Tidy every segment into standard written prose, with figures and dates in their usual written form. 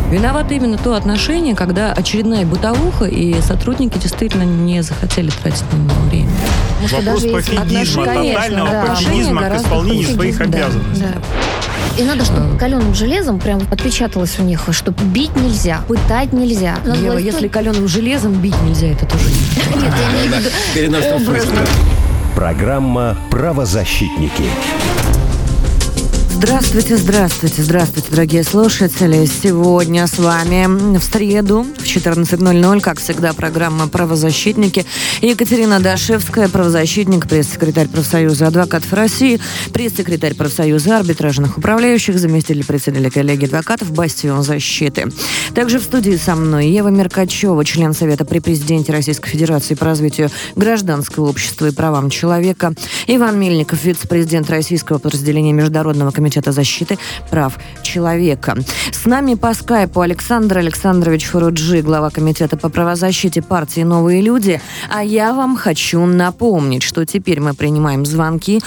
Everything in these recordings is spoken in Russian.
Виновато именно то отношение, когда очередная бытовуха, и сотрудники действительно не захотели тратить на него время. Вопрос пофигизма, тотального пофигизма к исполнению своих обязанностей. И надо, чтобы каленым железом прям отпечаталось у них, что бить нельзя, пытать нельзя. Ева, если каленым железом бить нельзя, это тоже не. Нет, я имею в виду образно. Программа «Правозащитники». Здравствуйте, дорогие слушатели. Сегодня с вами в среду в 14:00, как всегда, программа «Правозащитники». Екатерина Дашевская, правозащитник, пресс-секретарь профсоюза адвокатов России, пресс-секретарь профсоюза арбитражных управляющих, заместитель председателя коллегии адвокатов «Бастион защиты». Также в студии со мной Ева Меркачева, член Совета при президенте Российской Федерации по развитию гражданского общества и правам человека, Иван Мельников, вице-президент российского подразделения Международного комитета защиты прав человека. С нами по скайпу Александр Александрович Фуруджи, глава комитета по правозащите партии «Новые люди». А я вам хочу напомнить, что теперь мы принимаем звонки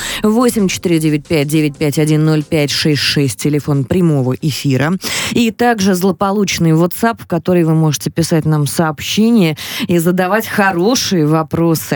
8495-951-0566, телефон прямого эфира, и также злополучный WhatsApp, в который вы можете писать нам сообщения и задавать хорошие вопросы.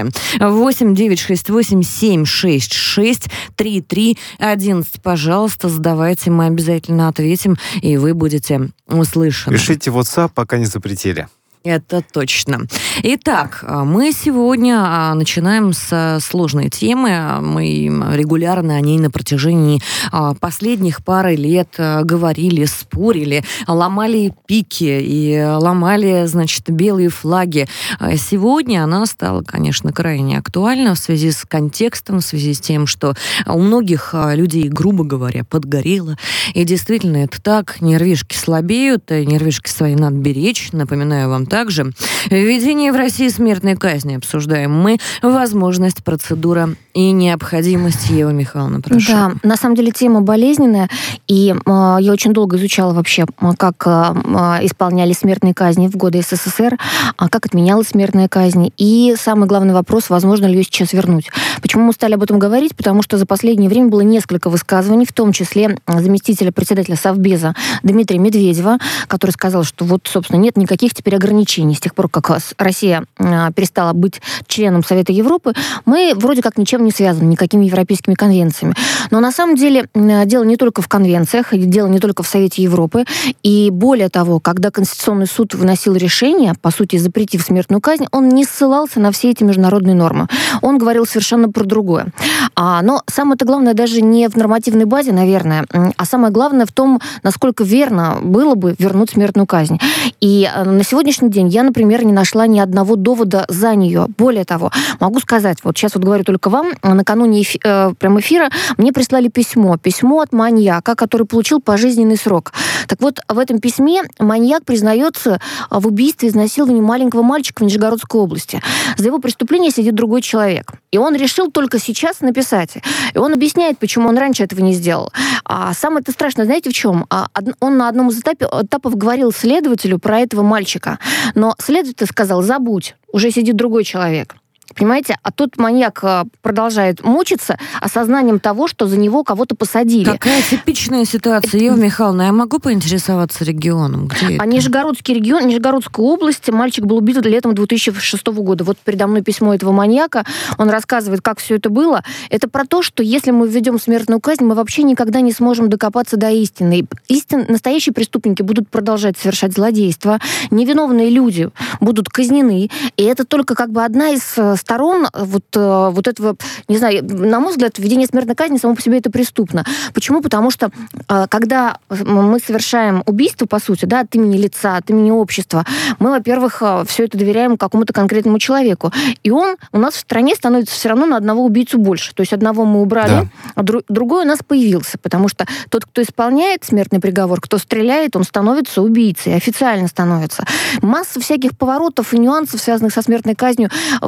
8-968-766-3311. Пожалуйста, задавайте, мы обязательно ответим, и вы будете услышаны. Пишите в WhatsApp, пока не запретили. Это точно. Итак, мы сегодня начинаем с сложной темы. Мы регулярно о ней на протяжении последних пары лет говорили, спорили, ломали пики и ломали, значит, белые флаги. Сегодня она стала, конечно, крайне актуальна в связи с контекстом, в связи с тем, что у многих людей, грубо говоря, подгорело. И действительно, это так. Нервишки слабеют, нервишки свои надо беречь. Напоминаю вам также, введение в России смертной казни обсуждаем мы, возможность, процедура и необходимость. Ева Михайловна, прошу. Да, на самом деле тема болезненная, и я очень долго изучала вообще, как исполняли смертные казни в годы СССР, как отменялась смертная казнь, и самый главный вопрос, возможно ли ее сейчас вернуть. Почему мы стали об этом говорить? Потому что за последнее время было несколько высказываний, в том числе заместителя председателя Совбеза Дмитрия Медведева, который сказал, что вот, собственно, нет никаких теперь ограничений. С тех пор, как Россия перестала быть членом Совета Европы, мы вроде как ничем не связаны, никакими европейскими конвенциями. Но на самом деле дело не только в конвенциях, дело не только в Совете Европы. И более того, когда Конституционный суд выносил решение, по сути, запретив смертную казнь, он не ссылался на все эти международные нормы. Он говорил совершенно про другое. Но самое-то главное даже не в нормативной базе, наверное, а самое главное в том, насколько верно было бы вернуть смертную казнь. И на сегодняшний день я, например, не нашла ни одного довода за нее. Более того, могу сказать, вот сейчас вот говорю только вам, накануне прям эфира мне прислали письмо от маньяка, который получил пожизненный срок. Так вот, в этом письме маньяк признается в убийстве и изнасиловании маленького мальчика в Нижегородской области. За его преступление сидит другой человек. И он решил только сейчас написать. И он объясняет, почему он раньше этого не сделал. А самое-то страшное, знаете, в чем? Он на одном из этапов говорил следователю про этого мальчика. Но следователь сказал: забудь, уже сидит другой человек. Понимаете? А тот маньяк продолжает мучиться осознанием того, что за него кого-то посадили. Какая типичная ситуация, Ева Михайловна. Я могу поинтересоваться регионом? Где это? Нижегородский регион, Нижегородская область. Мальчик был убит летом 2006 года. Вот передо мной письмо этого маньяка. Он рассказывает, как все это было. Это про то, что если мы введем смертную казнь, мы вообще никогда не сможем докопаться до истины. Настоящие преступники будут продолжать совершать злодейства. Невиновные люди будут казнены. И это только как бы одна из сторон вот этого, не знаю, на мой взгляд, введение смертной казни само по себе это преступно. Почему? Потому что когда мы совершаем убийство, по сути, да, от имени лица, от имени общества, мы, во-первых, все это доверяем какому-то конкретному человеку. И он у нас в стране становится все равно на одного убийцу больше. То есть одного мы убрали, а другой у нас появился. Потому что тот, кто исполняет смертный приговор, кто стреляет, он становится убийцей, официально становится. Масса всяких поворотов и нюансов, связанных со смертной казнью в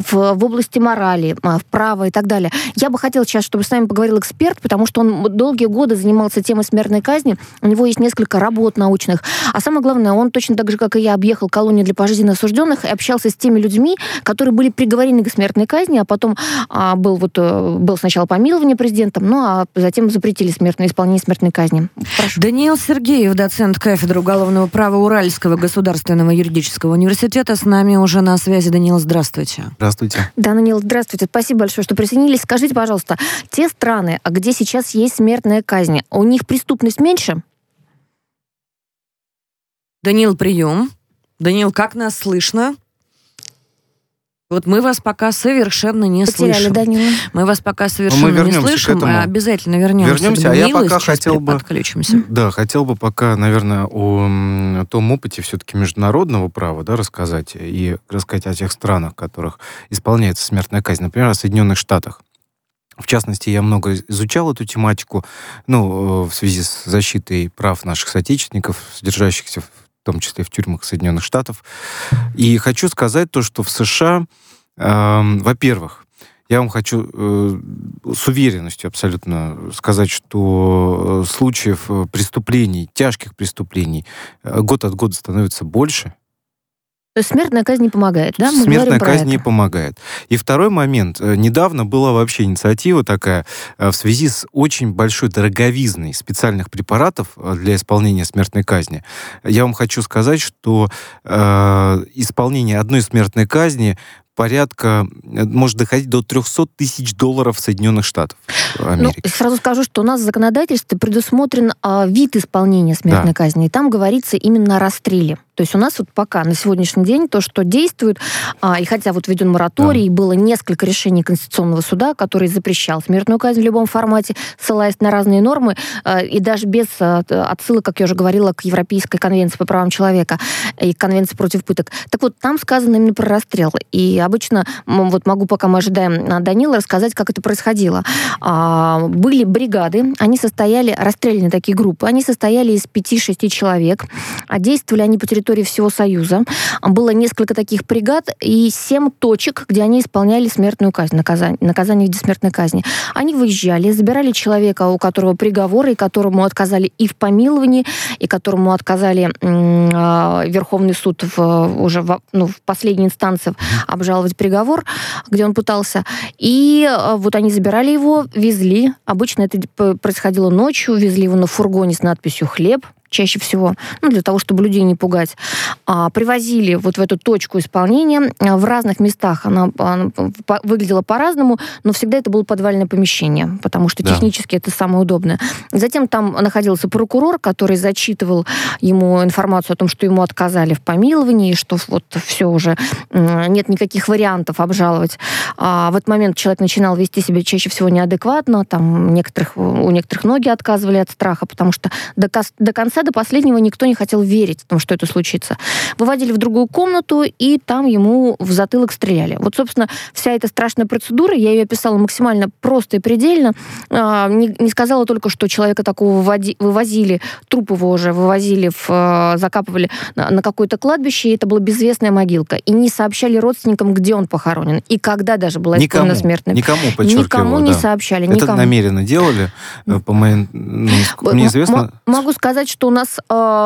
области морали, права и так далее. Я бы хотела сейчас, чтобы с нами поговорил эксперт, потому что он долгие годы занимался темой смертной казни, у него есть несколько работ научных, а самое главное, он точно так же, как и я, объехал колонии для пожизненно осужденных и общался с теми людьми, которые были приговорены к смертной казни, а потом был сначала помилование президентом, ну а затем запретили исполнение смертной казни. Прошу. Даниил Сергеев, доцент кафедры уголовного права Уральского государственного юридического университета, с нами уже на связи. Даниил, здравствуйте. Здравствуйте. Да, Даниил, здравствуйте. Спасибо большое, что присоединились. Скажите, пожалуйста, те страны, где сейчас есть смертная казнь, у них преступность меньше? Даниил, прием. Даниил, как нас слышно? Вот мы вас пока совершенно не слышим. Данила. Мы вас пока совершенно не слышим, а обязательно вернемся. А я пока хотел бы... Подключимся. Да, хотел бы пока, наверное, о том опыте все-таки международного права, да, рассказать о тех странах, в которых исполняется смертная казнь. Например, о Соединенных Штатах. В частности, я много изучал эту тематику, в связи с защитой прав наших соотечественников, содержащихся в том числе в тюрьмах Соединенных Штатов. И хочу сказать то, что в США, во-первых, я вам хочу с уверенностью абсолютно сказать, что случаев преступлений, тяжких преступлений год от года становится больше. То есть смертная казнь не помогает, да? Смертная казнь не помогает. И второй момент. Недавно была вообще инициатива такая в связи с очень большой дороговизной специальных препаратов для исполнения смертной казни. Я вам хочу сказать, что исполнение одной смертной казни может доходить до $300 тысяч Соединенных Штатов Америки. Сразу скажу, что у нас в законодательстве предусмотрен вид исполнения смертной казни, и там говорится именно о расстреле. То есть у нас пока на сегодняшний день то, что действует, и хотя введен мораторий, было несколько решений Конституционного суда, который запрещал смертную казнь в любом формате, ссылаясь на разные нормы, и даже без отсылок, как я уже говорила, к Европейской конвенции по правам человека и Конвенции против пыток. Так вот, там сказано именно про расстрел. И обычно, могу, пока мы ожидаем Данила, рассказать, как это происходило. Были бригады, расстрельные такие группы, они состояли из 5-6 человек, действовали они по территории всего Союза. Было несколько таких бригад и 7 точек, где они исполняли смертную казнь, наказание в виде смертной казни. Они выезжали, забирали человека, у которого приговор, и которому отказали и в помиловании, и которому отказали Верховный суд в последней инстанции обжаловать приговор, где он пытался. И они забирали его, везли. Обычно это происходило ночью, везли его на фургоне с надписью «Хлеб», чаще всего, для того, чтобы людей не пугать. Привозили в эту точку исполнения. В разных местах она выглядела по-разному, но всегда это было подвальное помещение, потому что технически это самое удобное. Затем там находился прокурор, который зачитывал ему информацию о том, что ему отказали в помиловании, что все уже, нет никаких вариантов обжаловать. В этот момент человек начинал вести себя чаще всего неадекватно, у некоторых ноги отказывали от страха, потому что до конца, до последнего никто не хотел верить в том, что это случится. Выводили в другую комнату, и там ему в затылок стреляли. Собственно, вся эта страшная процедура, я ее описала максимально просто и предельно. Не сказала только, что человека такого вывозили, труп его уже вывозили, закапывали на какое-то кладбище, и это была безвестная могилка. И не сообщали родственникам, где он похоронен, и когда даже была исполнена смертная. Никому не сообщали. Это намеренно делали, по моим... Мне известно... Могу сказать, что у нас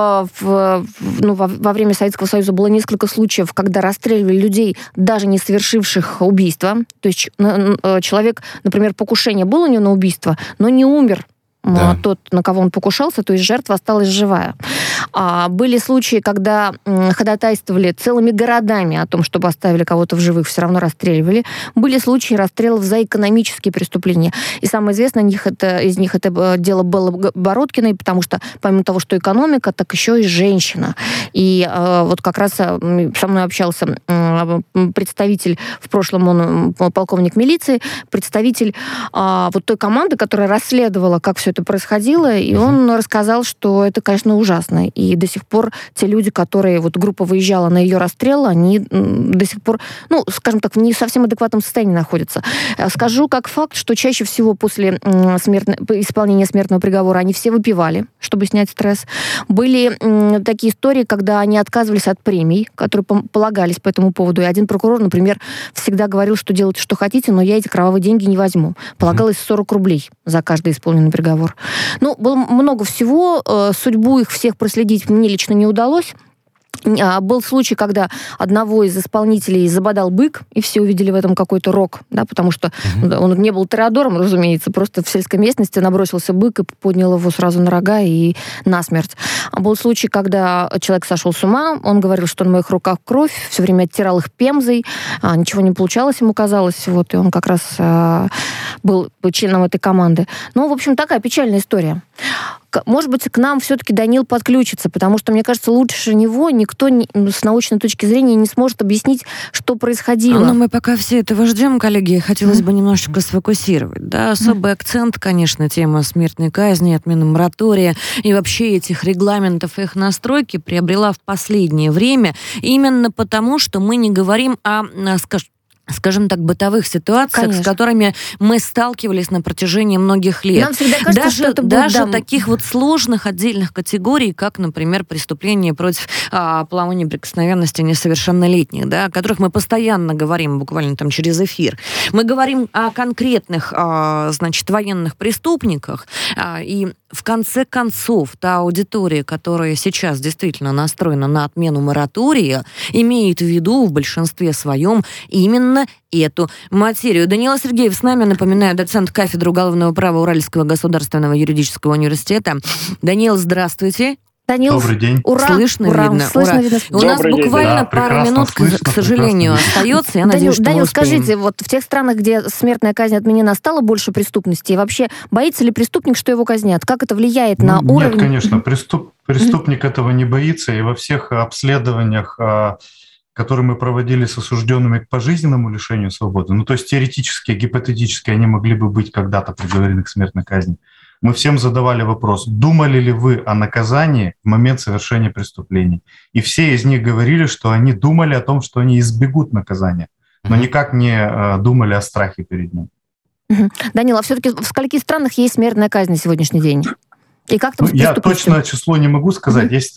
во время Советского Союза было несколько случаев, когда расстреливали людей, даже не совершивших убийство. То есть человек, например, покушение было у него на убийство, но не умер. Тот, на кого он покушался, то есть жертва осталась живая. Были случаи, когда ходатайствовали целыми городами о том, чтобы оставили кого-то в живых, все равно расстреливали. Были случаи расстрелов за экономические преступления. И самое известное из них это дело Беллы Бородкиной, потому что помимо того, что экономика, так еще и женщина. И как раз со мной общался представитель, в прошлом он полковник милиции, представитель той команды, которая расследовала, как все это происходило, и он рассказал, что это, конечно, ужасно. и до сих пор те люди, которые, вот группа выезжала на ее расстрел, они до сих пор, ну, скажем так, в не совсем адекватном состоянии находятся. Скажу как факт, что чаще всего после исполнения смертного приговора они все выпивали, чтобы снять стресс. Были такие истории, когда они отказывались от премий, которые полагались по этому поводу. И один прокурор, например, всегда говорил, что делайте, что хотите, но я эти кровавые деньги не возьму. Полагалось 40 рублей за каждый исполненный приговор. Ну, было много всего. Судьбу их всех проследить мне лично не удалось. Был случай, когда одного из исполнителей забодал бык, и все увидели в этом какой-то рок, да, потому что он не был тореадором, разумеется, просто в сельской местности набросился бык и поднял его сразу на рога и насмерть. Был случай, когда человек сошел с ума, он говорил, что на моих руках кровь, все время оттирал их пемзой, ничего не получалось, ему казалось, вот, и он как раз был членом этой команды. Ну, в общем, такая печальная история. Может быть, к нам все-таки Данил подключится, потому что, мне кажется, лучше него никто с научной точки зрения не сможет объяснить, что происходило. Но мы пока все этого ждем, коллеги, хотелось бы немножечко сфокусировать. Да, особый акцент, конечно, тема смертной казни, отмены моратория и вообще этих регламентов и их настройки приобрела в последнее время именно потому, что мы не говорим о, скажем так, бытовых ситуациях, конечно, с которыми мы сталкивались на протяжении многих лет. Нам всегда кажется, что это будет, даже таких вот сложных отдельных категорий, как, например, преступления против половой неприкосновенности несовершеннолетних, да, о которых мы постоянно говорим, буквально там через эфир. Мы говорим о конкретных, значит, военных преступниках, и в конце концов, та аудитория, которая сейчас действительно настроена на отмену моратория, имеет в виду в большинстве своем именно эту материю. Даниил Сергеев с нами, напоминаю, доцент кафедры уголовного права Уральского государственного юридического университета. Даниил, здравствуйте. Данил, добрый день. Ура, слышно, ура, видно. Слышно, ура. видно. У нас буквально пару минут, к сожалению, остается. Я надеюсь, что Данил, мы успеем. скажите, вот в тех странах, где смертная казнь отменена, стало больше преступности? И вообще, боится ли преступник, что его казнят? Как это влияет на уровень? Нет, конечно, преступник этого не боится. И во всех обследованиях, которые мы проводили с осужденными к пожизненному лишению свободы, ну то есть теоретически, гипотетически они могли бы быть когда-то приговорены к смертной казни, мы всем задавали вопрос, думали ли вы о наказании в момент совершения преступлений. И все из них говорили, что они думали о том, что они избегут наказания, но никак не думали о страхе перед ним. Данил, а все-таки в скольких странах есть смертная казнь на сегодняшний день? И как там я точно число не могу сказать. Есть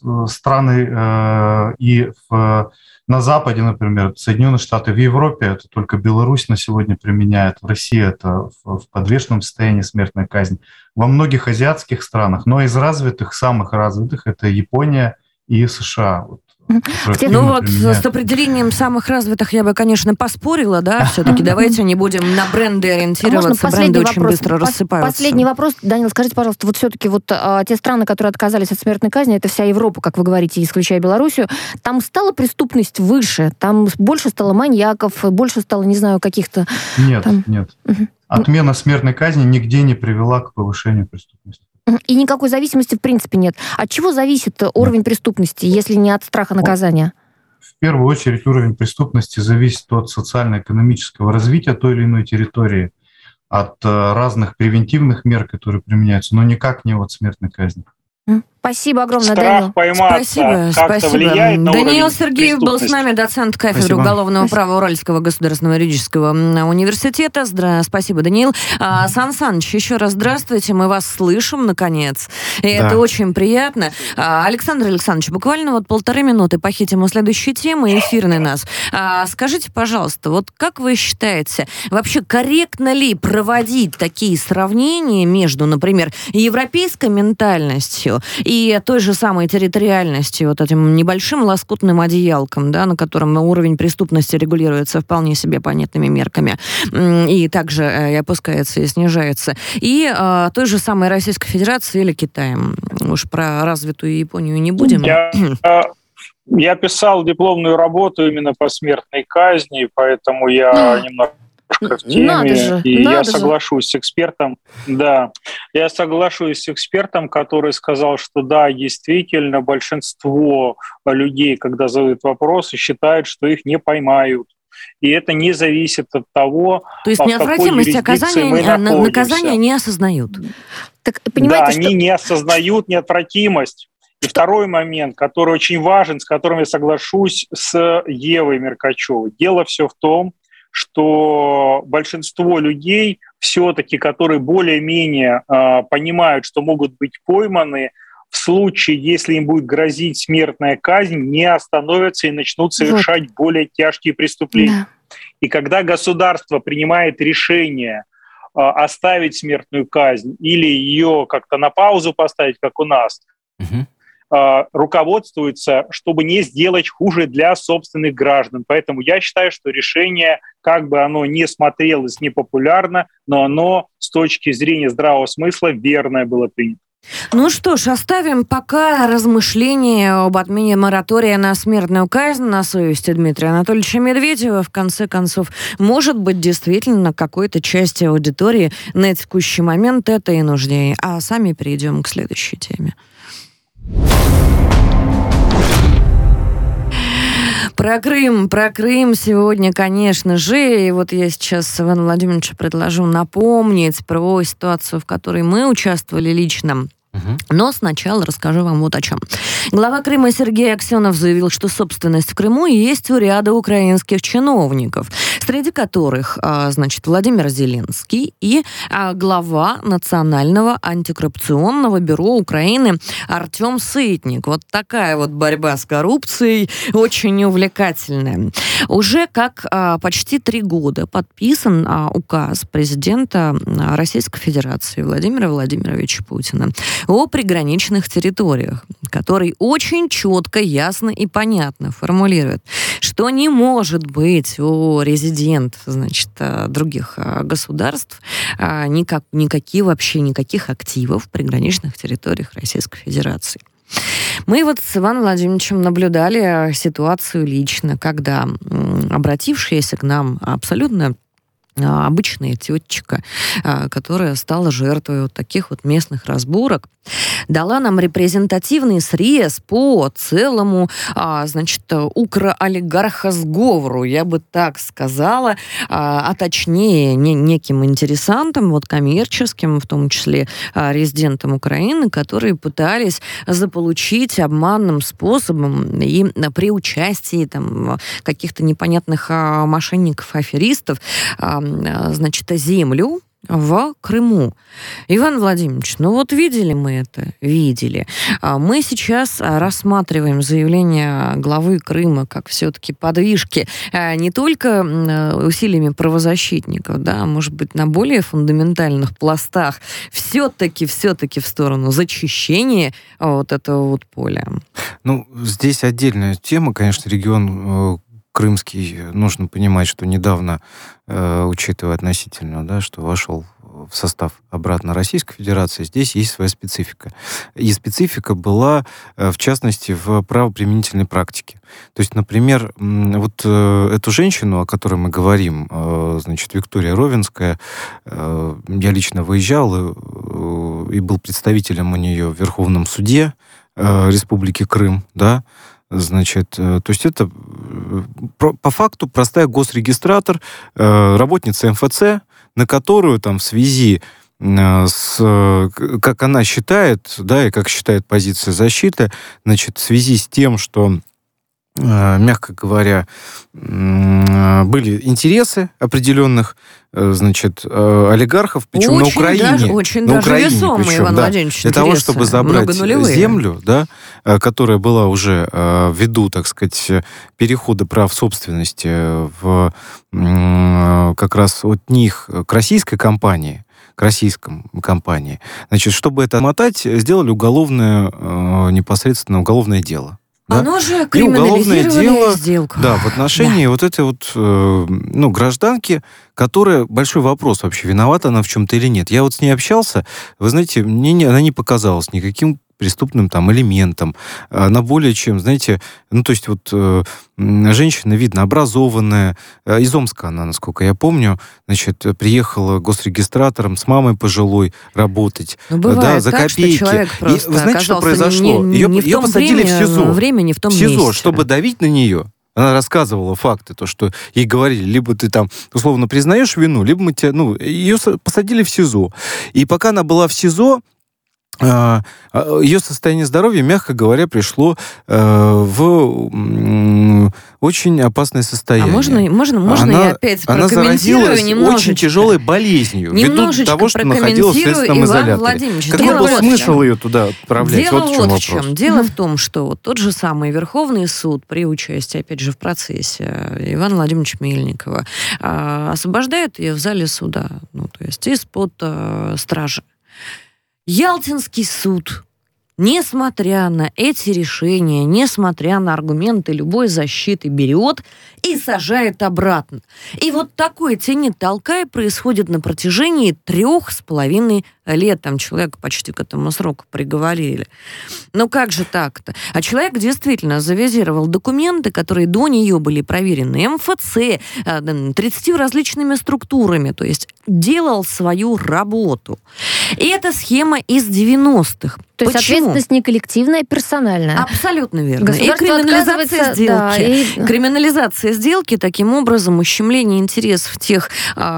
страны и на Западе, например, Соединенные Штаты, в Европе это только Беларусь на сегодня применяет, в России это в подвешенном состоянии смертная казнь. Во многих азиатских странах, но из развитых, самых развитых, это Япония и США. Ну вот с определением самых развитых я бы, конечно, поспорила, да, все-таки давайте не будем на бренды ориентироваться, бренды очень быстро рассыпаются. Последний вопрос, Данил, скажите, пожалуйста, вот все-таки вот те страны, которые отказались от смертной казни, это вся Европа, как вы говорите, исключая Белоруссию, там стала преступность выше, там больше стало маньяков, больше стало, не знаю, каких-то... Нет. Отмена смертной казни нигде не привела к повышению преступности. И никакой зависимости в принципе нет. От чего зависит уровень преступности, если не от страха наказания? В первую очередь уровень преступности зависит от социально-экономического развития той или иной территории, от разных превентивных мер, которые применяются, но никак не от смертной казни. Спасибо огромное, Страх Данил. Пойматься как-то влияет на Даниил уровень Сергеев был с нами, доцент кафедры уголовного права Уральского государственного юридического университета. Спасибо, Даниил. Сан Саныч, еще раз здравствуйте, мы вас слышим, наконец. И это очень приятно. Александр Александрович, буквально вот 1,5 минуты похитим у следующей темы, эфирный нас. Скажите, пожалуйста, вот как вы считаете, вообще корректно ли проводить такие сравнения между, например, европейской ментальностью и той же самой территориальностью, вот этим небольшим лоскутным одеялком, да, на котором уровень преступности регулируется вполне себе понятными мерками, и также и опускается, и снижается, и той же самой Российской Федерации или Китаем. Уж про развитую Японию не будем. Я писал дипломную работу именно по смертной казни, поэтому я немного в теме, я соглашусь с экспертом. Да, я соглашусь с экспертом, который сказал, что да, действительно, большинство людей, когда задают вопросы, считают, что их не поймают. И это не зависит от того, то есть неотвратимость наказания не осознают. Так, понимаете, да, они не осознают неотвратимость. И второй момент, который очень важен, с которым я соглашусь с Евой Меркачевой. Дело все в том, что большинство людей все-таки, которые более-менее понимают, что могут быть пойманы, в случае, если им будет грозить смертная казнь, не остановятся и начнут совершать более тяжкие преступления. Да. И когда государство принимает решение оставить смертную казнь или ее как-то на паузу поставить, как у нас, руководствуется, чтобы не сделать хуже для собственных граждан. Поэтому я считаю, что решение, как бы оно ни смотрелось непопулярно, но оно с точки зрения здравого смысла верное было принято. Ну что ж, оставим пока размышления об отмене моратория на смертную казнь на совести Дмитрия Анатольевича Медведева. В конце концов, может быть, действительно какой-то части аудитории на текущий момент это и нужнее. А сами перейдем к следующей теме. Про Крым сегодня, конечно же. И вот я сейчас Ивану Владимировичу предложу напомнить про ситуацию, в которой мы участвовали лично. Но сначала расскажу вам вот о чем. Глава Крыма Сергей Аксенов заявил, что собственность в Крыму есть у ряда украинских чиновников, среди которых, Владимир Зеленский и глава Национального антикоррупционного бюро Украины Артем Сытник. Вот такая вот борьба с коррупцией, очень увлекательная. Уже как почти 3 года подписан указ президента Российской Федерации Владимира Владимировича Путина о приграничных территориях, который очень четко, ясно и понятно формулирует, что не может быть у резидентов, других государств никаких активов в приграничных территориях Российской Федерации. Мы вот с Иваном Владимировичем наблюдали ситуацию лично, когда обратившаяся к нам абсолютно обычная тетечка, которая стала жертвой вот таких вот местных разборок, дала нам репрезентативный срез по целому, укроолигархосговору, я бы так сказала, а точнее неким интересантам, вот коммерческим, в том числе резидентам Украины, которые пытались заполучить обманным способом и при участии там каких-то непонятных мошенников, аферистов, землю в Крыму. Иван Владимирович, видели мы это? Видели. Мы сейчас рассматриваем заявление главы Крыма как все-таки подвижки не только усилиями правозащитников, может быть, на более фундаментальных пластах, все-таки в сторону зачищения вот этого вот поля. Здесь отдельная тема, конечно, регион крымский, нужно понимать, что недавно, учитывая относительно, что вошел в состав обратно Российской Федерации, здесь есть своя специфика. И специфика была, в частности, в правоприменительной практике. То есть, например, вот эту женщину, о которой мы говорим, Виктория Ровенская, я лично выезжал и был представителем у нее в Верховном суде Республики Крым, то есть это по факту простая госрегистратор, работница МФЦ, на которую там в связи с, как она считает, и как считает позиция защиты, в связи с тем, что, мягко говоря, были интересы определенных, олигархов, причем на Украине. Очень даже весомые, причем, Иван Владимирович, для того, чтобы забрать землю, которая была уже ввиду, перехода прав собственности как раз от них к российской компании, чтобы это мотать, сделали непосредственно уголовное дело. Оно же криминализировали сделку. В отношении вот этой гражданки, которая, большой вопрос вообще, виновата она в чем-то или нет. Я вот с ней общался, вы знаете, она не показалась никаким преступным элементом. Она более чем, женщина, видно, образованная. Из Омска она, насколько я помню, приехала госрегистратором с мамой пожилой работать. Бывает за так, копейки. Что человек просто вы знаете, что произошло? Ее посадили в СИЗО. В том СИЗО, месте. чтобы давить на нее. Она рассказывала факты, то, что ей говорили, либо ты условно признаешь вину, либо мы тебя... ее посадили в СИЗО. И пока она была в СИЗО, ее состояние здоровья, мягко говоря, пришло в очень опасное состояние. Можно я опять прокомментирую немножечко? Она заразилась очень тяжелой болезнью, ввиду того, что находилась в следственном изоляторе. Какой был смысл ее туда отправлять? Дело в том, что тот же самый Верховный суд при участии, опять же, в процессе Ивана Владимировича Мельникова освобождает ее в зале суда, то есть из-под стражи. Ялтинский суд, несмотря на эти решения, несмотря на аргументы любой защиты, берет и сажает обратно. И вот такой тяни-толкай происходит на протяжении 3,5 лет. Там человека почти к этому сроку приговорили. Ну как же так-то? А человек действительно завизировал документы, которые до нее были проверены МФЦ, 30 различными структурами, то есть делал свою работу. И эта схема из 90-х. То есть ответственность не коллективная, а персональная. Абсолютно верно. И криминализация сделки. Да, Криминализация сделки, таким образом, ущемление интересов тех,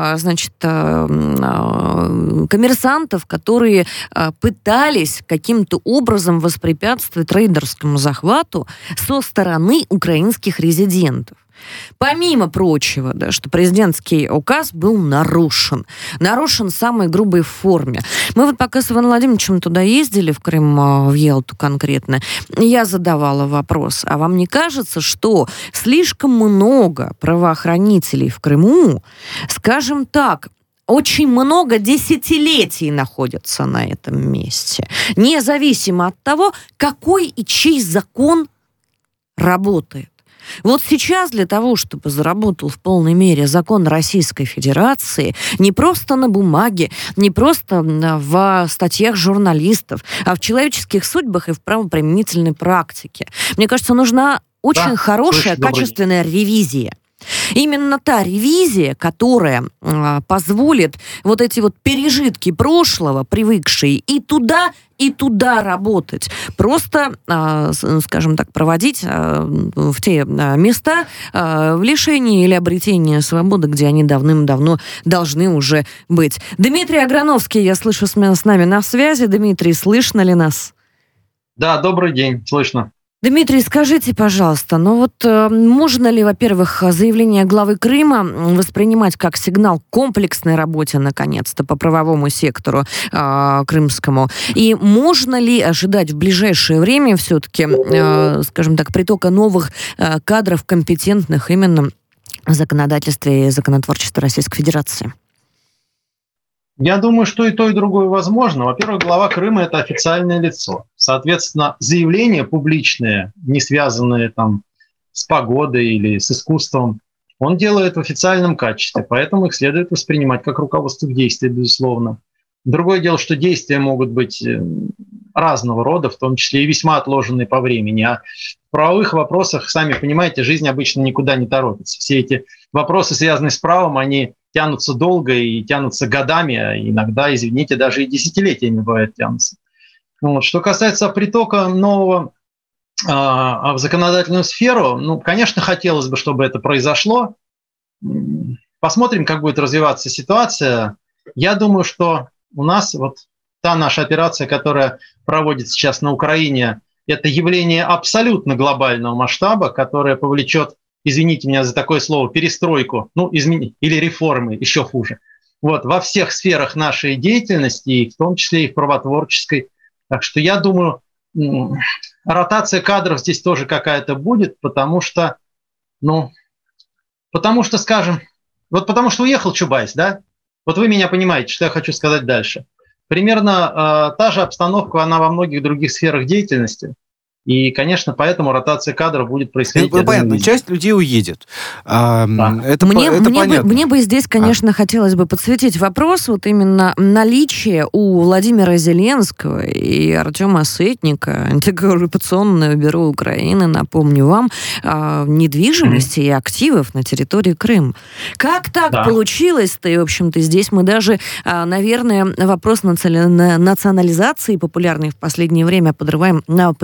коммерсантов, которые пытались каким-то образом воспрепятствовать рейдерскому захвату со стороны украинских резидентов. Помимо прочего, да, что президентский указ был нарушен в самой грубой форме. Мы вот пока с Иваном Владимировичем туда ездили, в Крым, в Ялту конкретно, я задавала вопрос, а вам не кажется, что слишком много правоохранителей в Крыму, скажем так, очень много десятилетий находятся на этом месте, независимо от того, какой и чей закон работает? Вот сейчас для того, чтобы заработал в полной мере закон Российской Федерации, не просто на бумаге, не просто в статьях журналистов, а в человеческих судьбах и в правоприменительной практике. Мне кажется, нужна очень хорошая, качественная ревизия. Именно та ревизия, которая позволит вот эти вот пережитки прошлого, привыкшие и туда работать. Просто, скажем так, проводить в те места в лишении или обретении свободы, где они давным-давно должны уже быть. Дмитрий Аграновский, я слышу, с нами на связи. Дмитрий, слышно ли нас? Да, добрый день, слышно. Дмитрий, скажите, пожалуйста, можно ли, во-первых, заявление главы Крыма воспринимать как сигнал к комплексной работе, наконец-то, по правовому сектору крымскому? И можно ли ожидать в ближайшее время все-таки, скажем так, притока новых кадров, компетентных именно в законодательстве и законотворчестве Российской Федерации? Я думаю, что и то, и другое возможно. Во-первых, глава Крыма – это официальное лицо. Соответственно, заявления публичные, не связанные там с погодой или с искусством, он делает в официальном качестве, поэтому их следует воспринимать как руководство к действию, безусловно. Другое дело, что действия могут быть разного рода, в том числе и весьма отложенные по времени. А в правовых вопросах, сами понимаете, жизнь обычно никуда не торопится. Все эти вопросы, связанные с правом, они тянутся долго и тянутся годами, а иногда, извините, даже и десятилетиями бывает тянутся. Вот. Что касается притока нового в законодательную сферу, конечно, хотелось бы, чтобы это произошло. Посмотрим, как будет развиваться ситуация. Я думаю, что у нас вот та наша операция, которая проводится сейчас на Украине, это явление абсолютно глобального масштаба, которое повлечет, извините меня за такое слово, перестройку, или реформы, еще хуже, во всех сферах нашей деятельности, и в том числе и в правотворческой. Так что я думаю, ротация кадров здесь тоже какая-то будет, потому что, скажем, потому что уехал Чубайс, да? Вот вы меня понимаете, что я хочу сказать дальше. Примерно та же обстановка, она во многих других сферах деятельности. И, конечно, поэтому ротация кадров будет происходить. Понятно, часть людей уедет. Это понятно. Мне бы здесь, конечно, хотелось бы подсветить вопрос именно наличия у Владимира Зеленского и Артема Сытника, антикоррупционное бюро Украины, напомню вам, недвижимости и активов на территории Крыма. Как так получилось-то? И, в общем-то, здесь мы даже, наверное, вопрос национализации, популярный в последнее время, подрываем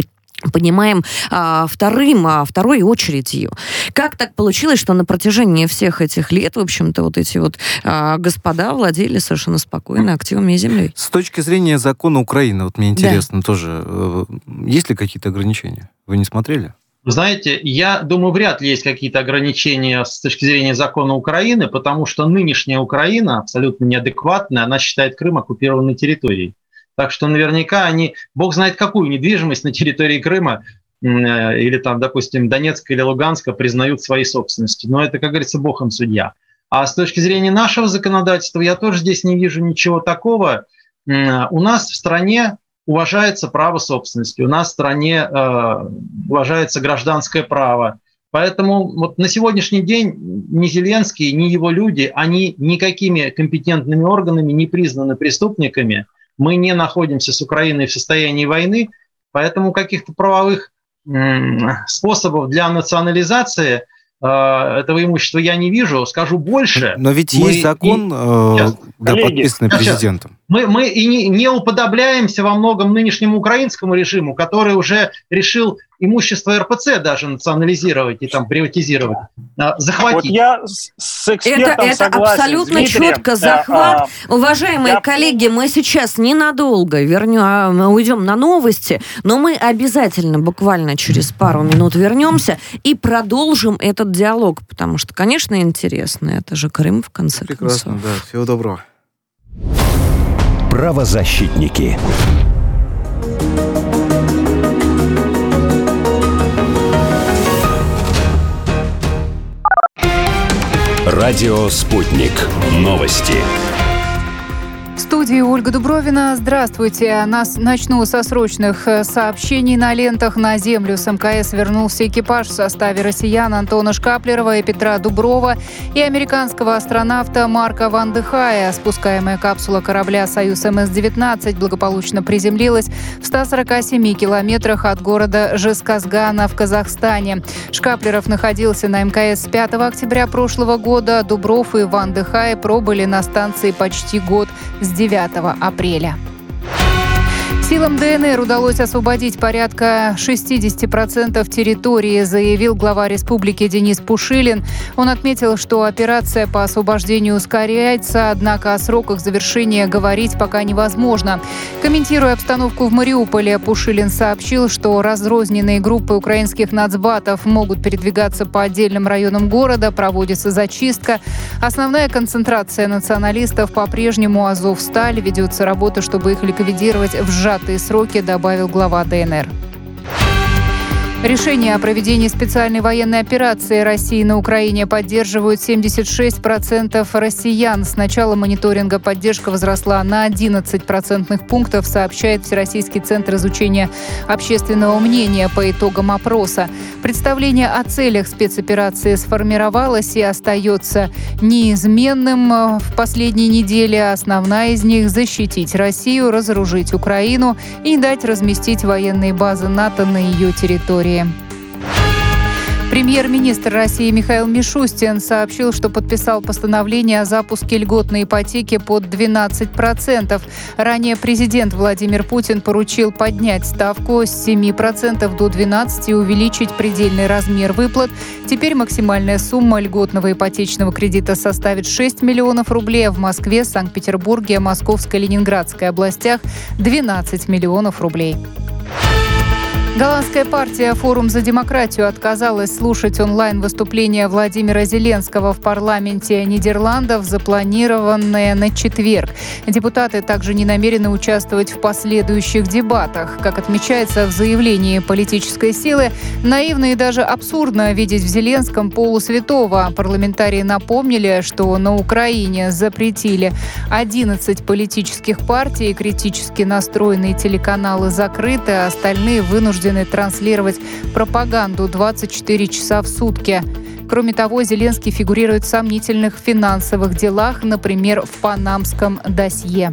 понимаем второй очередью. Как так получилось, что на протяжении всех этих лет, в общем-то, вот эти вот господа владели совершенно спокойно активами и землей? С точки зрения закона Украины, вот мне интересно тоже, есть ли какие-то ограничения? Вы не смотрели? Знаете, я думаю, вряд ли есть какие-то ограничения с точки зрения закона Украины, потому что нынешняя Украина абсолютно неадекватная, она считает Крым оккупированной территорией. Так что наверняка они, бог знает какую недвижимость на территории Крыма или там, допустим, Донецка или Луганска признают своей собственностью. Но это, как говорится, бог им судья. А с точки зрения нашего законодательства я тоже здесь не вижу ничего такого. У нас в стране уважается право собственности, у нас в стране уважается гражданское право. Поэтому вот на сегодняшний день ни Зеленский, ни его люди, они никакими компетентными органами не признаны преступниками. Мы не находимся с Украиной в состоянии войны, поэтому каких-то правовых способов для национализации этого имущества я не вижу. Скажу больше. Но ведь есть закон, подписанный президентом. Мы и не уподобляемся во многом нынешнему украинскому режиму, который уже решил имущество РПЦ даже национализировать и там приватизировать, захватить. Вот я с экспертом это согласен, абсолютно Дмитрием. четко захват. Уважаемые коллеги, мы сейчас ненадолго уйдем на новости, но мы обязательно буквально через пару минут вернемся и продолжим этот диалог, потому что, конечно, интересно. Это же Крым, в конце концов. Прекрасно, да. Всего доброго. Правозащитники. Радио «Спутник». Новости. В студии Ольга Дубровина. Здравствуйте. Начну со срочных сообщений на лентах. На землю с МКС вернулся экипаж в составе россиян Антона Шкаплерова и Петра Дуброва и американского астронавта Марка Ван де Хая. Спускаемая капсула корабля «Союз МС-19» благополучно приземлилась в 147 километрах от города Жезказгана в Казахстане. Шкаплеров находился на МКС с 5 октября прошлого года. Дубров и Ван де Хай пробыли на станции почти год, с 9 апреля. Силам ДНР удалось освободить порядка 60% территории, заявил глава республики Денис Пушилин. Он отметил, что операция по освобождению ускоряется, однако о сроках завершения говорить пока невозможно. Комментируя обстановку в Мариуполе, Пушилин сообщил, что разрозненные группы украинских нацбатов могут передвигаться по отдельным районам города, проводится зачистка. Основная концентрация националистов по-прежнему Азовсталь. Ведется работа, чтобы их ликвидировать в сжатые сроки, добавил глава ДНР. Решение о проведении специальной военной операции России на Украине поддерживают 76% россиян. С начала мониторинга поддержка возросла на 11 процентных пунктов, сообщает Всероссийский центр изучения общественного мнения по итогам опроса. Представление о целях спецоперации сформировалось и остается неизменным в последние недели. Основная из них – защитить Россию, разоружить Украину и не дать разместить военные базы НАТО на ее территории. Премьер-министр России Михаил Мишустин сообщил, что подписал постановление о запуске льготной ипотеки под 12%. Ранее президент Владимир Путин поручил поднять ставку с 7% до 12% и увеличить предельный размер выплат. Теперь максимальная сумма льготного ипотечного кредита составит 6 миллионов рублей, а в Москве, Санкт-Петербурге, Московской и Ленинградской областях 12 миллионов рублей. Голландская партия «Форум за демократию» отказалась слушать онлайн-выступление Владимира Зеленского в парламенте Нидерландов, запланированное на четверг. Депутаты также не намерены участвовать в последующих дебатах. Как отмечается в заявлении политической силы, наивно и даже абсурдно видеть в Зеленском полусвятого. Парламентарии напомнили, что на Украине запретили 11 политических партий, критически настроенные телеканалы закрыты, а остальные вынуждены транслировать пропаганду 24 часа в сутки. Кроме того, Зеленский фигурирует в сомнительных финансовых делах, например, в панамском досье.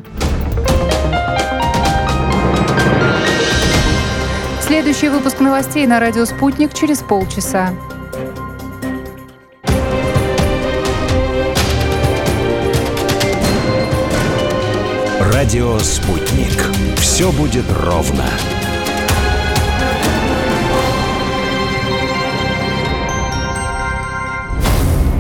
Следующий выпуск новостей на радио «Спутник» через полчаса. Радио «Спутник». Все будет ровно.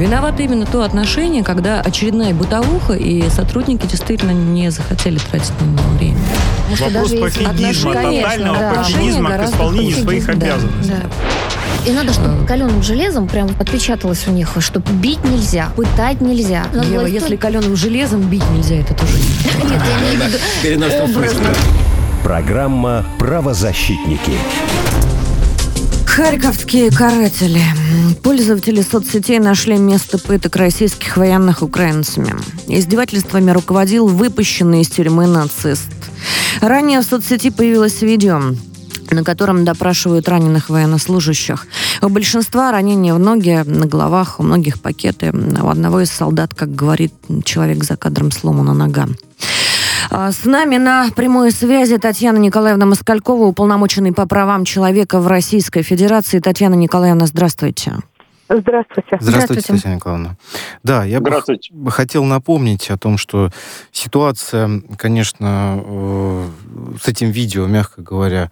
Виновато именно то отношение, когда очередная бытовуха, и сотрудники действительно не захотели тратить на него время. Вопрос пофигизма, тотального пофигизма к исполнению своих обязанностей. И надо, чтобы каленым железом прям отпечаталось у них, что бить нельзя, пытать нельзя. Ева, если каленым железом бить нельзя, это тоже не. Нет, я имею в виду образно. Программа «Правозащитники». Харьковские каратели. Пользователи соцсетей нашли место пыток российских военных украинцами. Издевательствами руководил выпущенный из тюрьмы нацист. Ранее в соцсети появилось видео, на котором допрашивают раненых военнослужащих. У большинства ранения в ноги, на головах, у многих пакеты. У одного из солдат, как говорит человек за кадром, сломана нога. С нами на прямой связи Татьяна Николаевна Москалькова, уполномоченный по правам человека в Российской Федерации. Татьяна Николаевна, здравствуйте. Здравствуйте. Здравствуйте, Татьяна Николаевна. Да, я бы хотел напомнить о том, что ситуация, конечно, с этим видео, мягко говоря,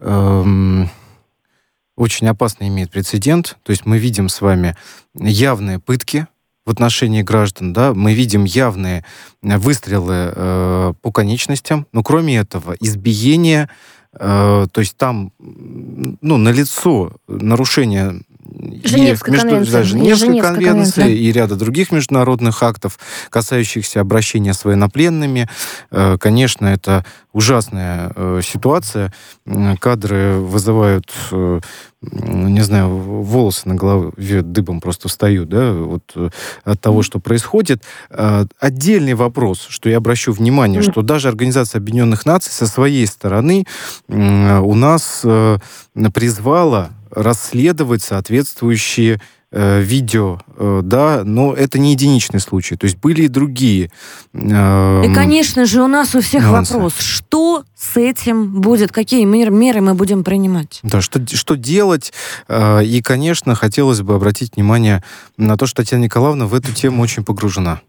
очень опасно имеет прецедент. То есть мы видим с вами явные пытки в отношении граждан, да, мы видим явные выстрелы по конечностям, но кроме этого избиение, то есть там, налицо нарушение Женевской конвенции и ряда других международных актов, касающихся обращения с военнопленными. Конечно, это ужасная ситуация. Кадры вызывают, не знаю, волосы на голове дыбом просто встают, да, вот от того, что происходит. Отдельный вопрос, что я обращу внимание, что даже Организация Объединенных Наций со своей стороны у нас призвала расследовать соответствующие видео, да, но это не единичный случай. То есть были и другие. И, конечно же, у нас у всех вопрос, что с этим будет, какие меры мы будем принимать? Да, что делать? И, конечно, хотелось бы обратить внимание на то, что Татьяна Николаевна в эту тему очень погружена.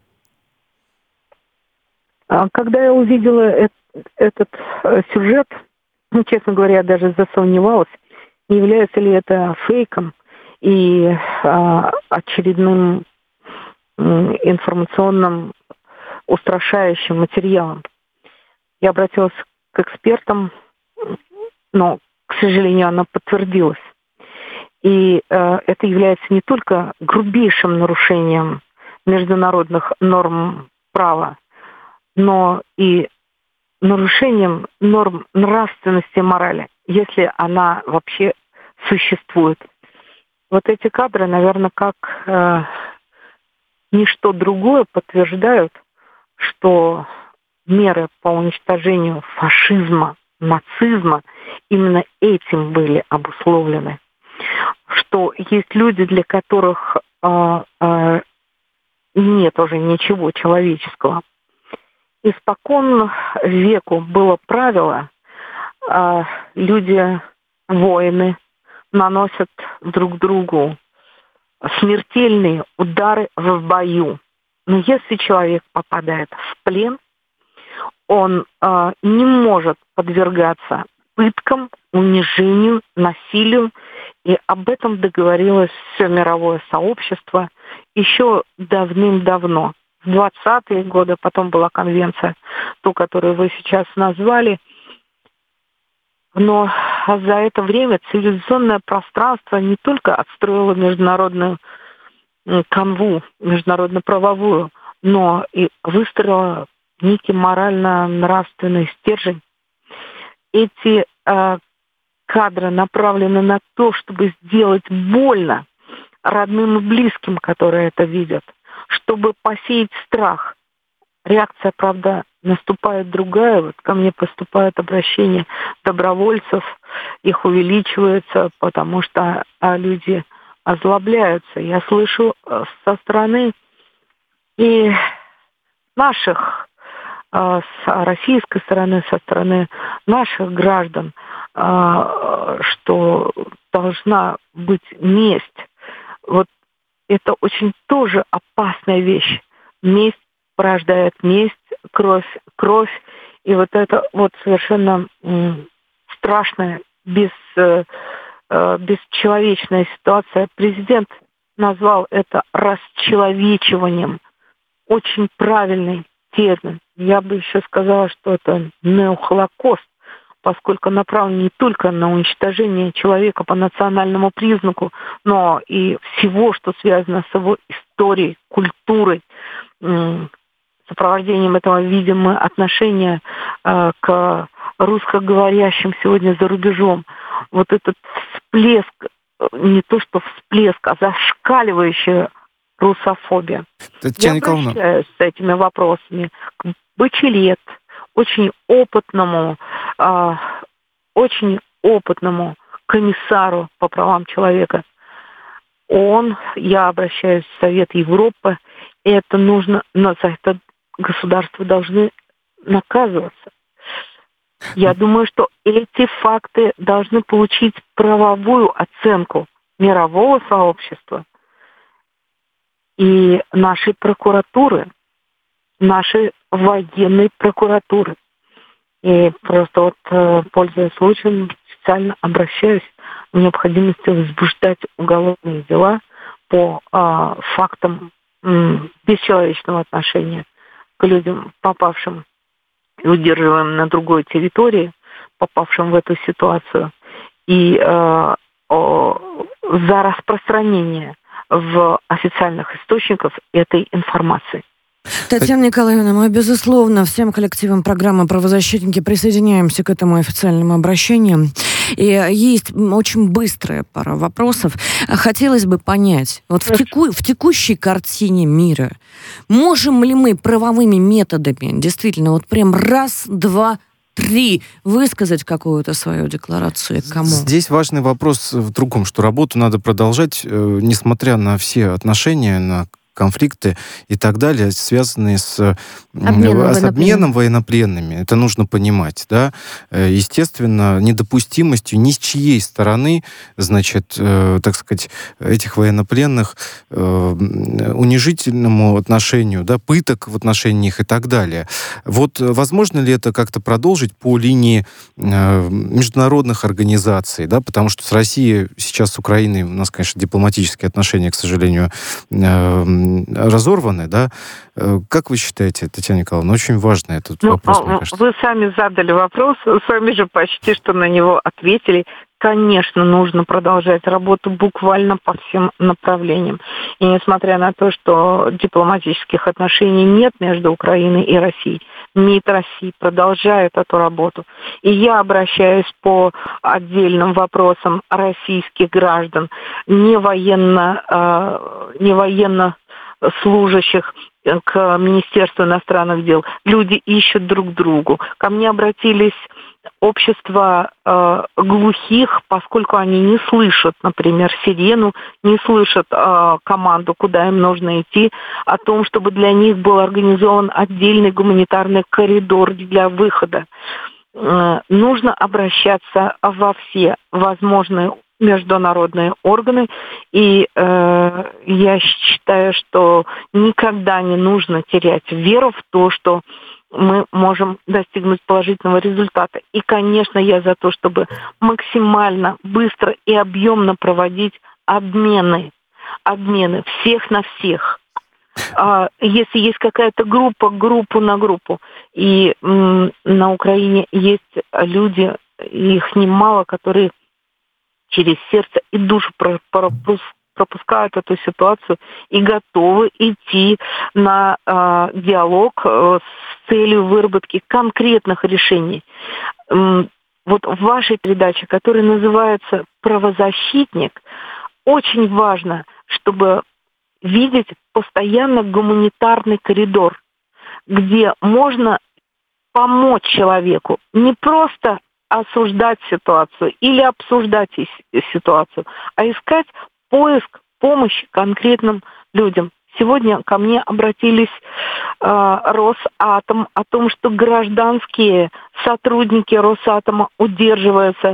Когда я увидела этот сюжет, честно говоря, я даже засомневалась, не является ли это фейком и очередным информационным устрашающим материалом. Я обратилась к экспертам, но, к сожалению, она подтвердилась. И это является не только грубейшим нарушением международных норм права, но и нарушением норм нравственности и морали, если она вообще существует. Вот эти кадры, наверное, как ничто другое подтверждают, что меры по уничтожению фашизма, нацизма именно этим были обусловлены. Что есть люди, для которых нет уже ничего человеческого. Испокон веку было правило, люди, воины, наносят друг другу смертельные удары в бою. Но если человек попадает в плен, он не может подвергаться пыткам, унижению, насилию. И об этом договорилось все мировое сообщество еще давным-давно. В 20-е годы, потом была конвенция, ту, которую вы сейчас назвали. Но за это время цивилизационное пространство не только отстроило международную канву, международно-правовую, но и выстроило некий морально-нравственный стержень. Эти кадры направлены на то, чтобы сделать больно родным и близким, которые это видят, чтобы посеять страх. Реакция, правда, наступает другая. Вот ко мне поступают обращения добровольцев, их увеличивается, потому что люди озлобляются. Я слышу со стороны и наших, с российской стороны, со стороны наших граждан, что должна быть месть. Вот это очень тоже опасная вещь. Месть порождает месть, кровь. И вот это вот совершенно страшная, бесчеловечная ситуация. Президент назвал это расчеловечиванием. Очень правильный термин. Я бы еще сказала, что это неохолокост, поскольку направлен не только на уничтожение человека по национальному признаку, но и всего, что связано с его историей, культурой, сопровождением этого видим мы отношения к русскоговорящим сегодня за рубежом. Вот этот всплеск, не то что всплеск, а зашкаливающая русофобия. Я обращаюсь с этими вопросами к Бачелет, очень опытному комиссару по правам человека. Я обращаюсь в Совет Европы, и это нужно, но за это государства должны наказываться. Я думаю, что эти факты должны получить правовую оценку мирового сообщества и нашей прокуратуры, нашей военной прокуратуры. И просто вот, пользуясь случаем, специально обращаюсь к необходимости возбуждать уголовные дела по фактам бесчеловечного отношения к людям, попавшим и удерживаемым на другой территории, попавшим в эту ситуацию, и за распространение в официальных источниках этой информации. Татьяна Николаевна, мы, безусловно, всем коллективам программы «Правозащитники» присоединяемся к этому официальному обращению. И есть очень быстрая пара вопросов. Хотелось бы понять, вот в текущей картине мира можем ли мы правовыми методами действительно вот прям раз, два, три высказать какую-то свою декларацию? Кому? Здесь важный вопрос в другом, что работу надо продолжать, несмотря на все отношения, на конфликты и так далее, связанные с обменом военнопленными. Это нужно понимать, да. Естественно, недопустимостью ни с чьей стороны, значит, так сказать, этих военнопленных, унижительному отношению, да, пыток в отношении них и так далее. Вот возможно ли это как-то продолжить по линии международных организаций, да, потому что с Россией сейчас, с Украиной у нас, конечно, дипломатические отношения, к сожалению, разорваны, да? Как вы считаете, Татьяна Николаевна? Очень важный этот вопрос, мне кажется. Вы сами задали вопрос, сами же почти что на него ответили. Конечно, нужно продолжать работу буквально по всем направлениям. И несмотря на то, что дипломатических отношений нет между Украиной и Россией, МИД России продолжает эту работу. И я обращаюсь по отдельным вопросам российских граждан, не военнослужащих, к Министерству иностранных дел. Люди ищут друг другу. Ко мне обратились общества глухих, поскольку они не слышат, например, сирену, не слышат команду, куда им нужно идти, о том, чтобы для них был организован отдельный гуманитарный коридор для выхода. Нужно обращаться во все возможные международные органы, и я считаю, что никогда не нужно терять веру в то, что мы можем достигнуть положительного результата. И, конечно, я за то, чтобы максимально быстро и объемно проводить обмены всех на всех. Если есть какая-то группу на группу, и на Украине есть люди, их немало, которые через сердце и душу пропускают эту ситуацию и готовы идти на диалог с целью выработки конкретных решений. Вот в вашей передаче, которая называется «Правозащитник», очень важно, чтобы видеть постоянно гуманитарный коридор, где можно помочь человеку, не просто осуждать ситуацию или обсуждать ситуацию, а искать поиск помощи конкретным людям. Сегодня ко мне обратились Росатом о том, что гражданские сотрудники Росатома удерживаются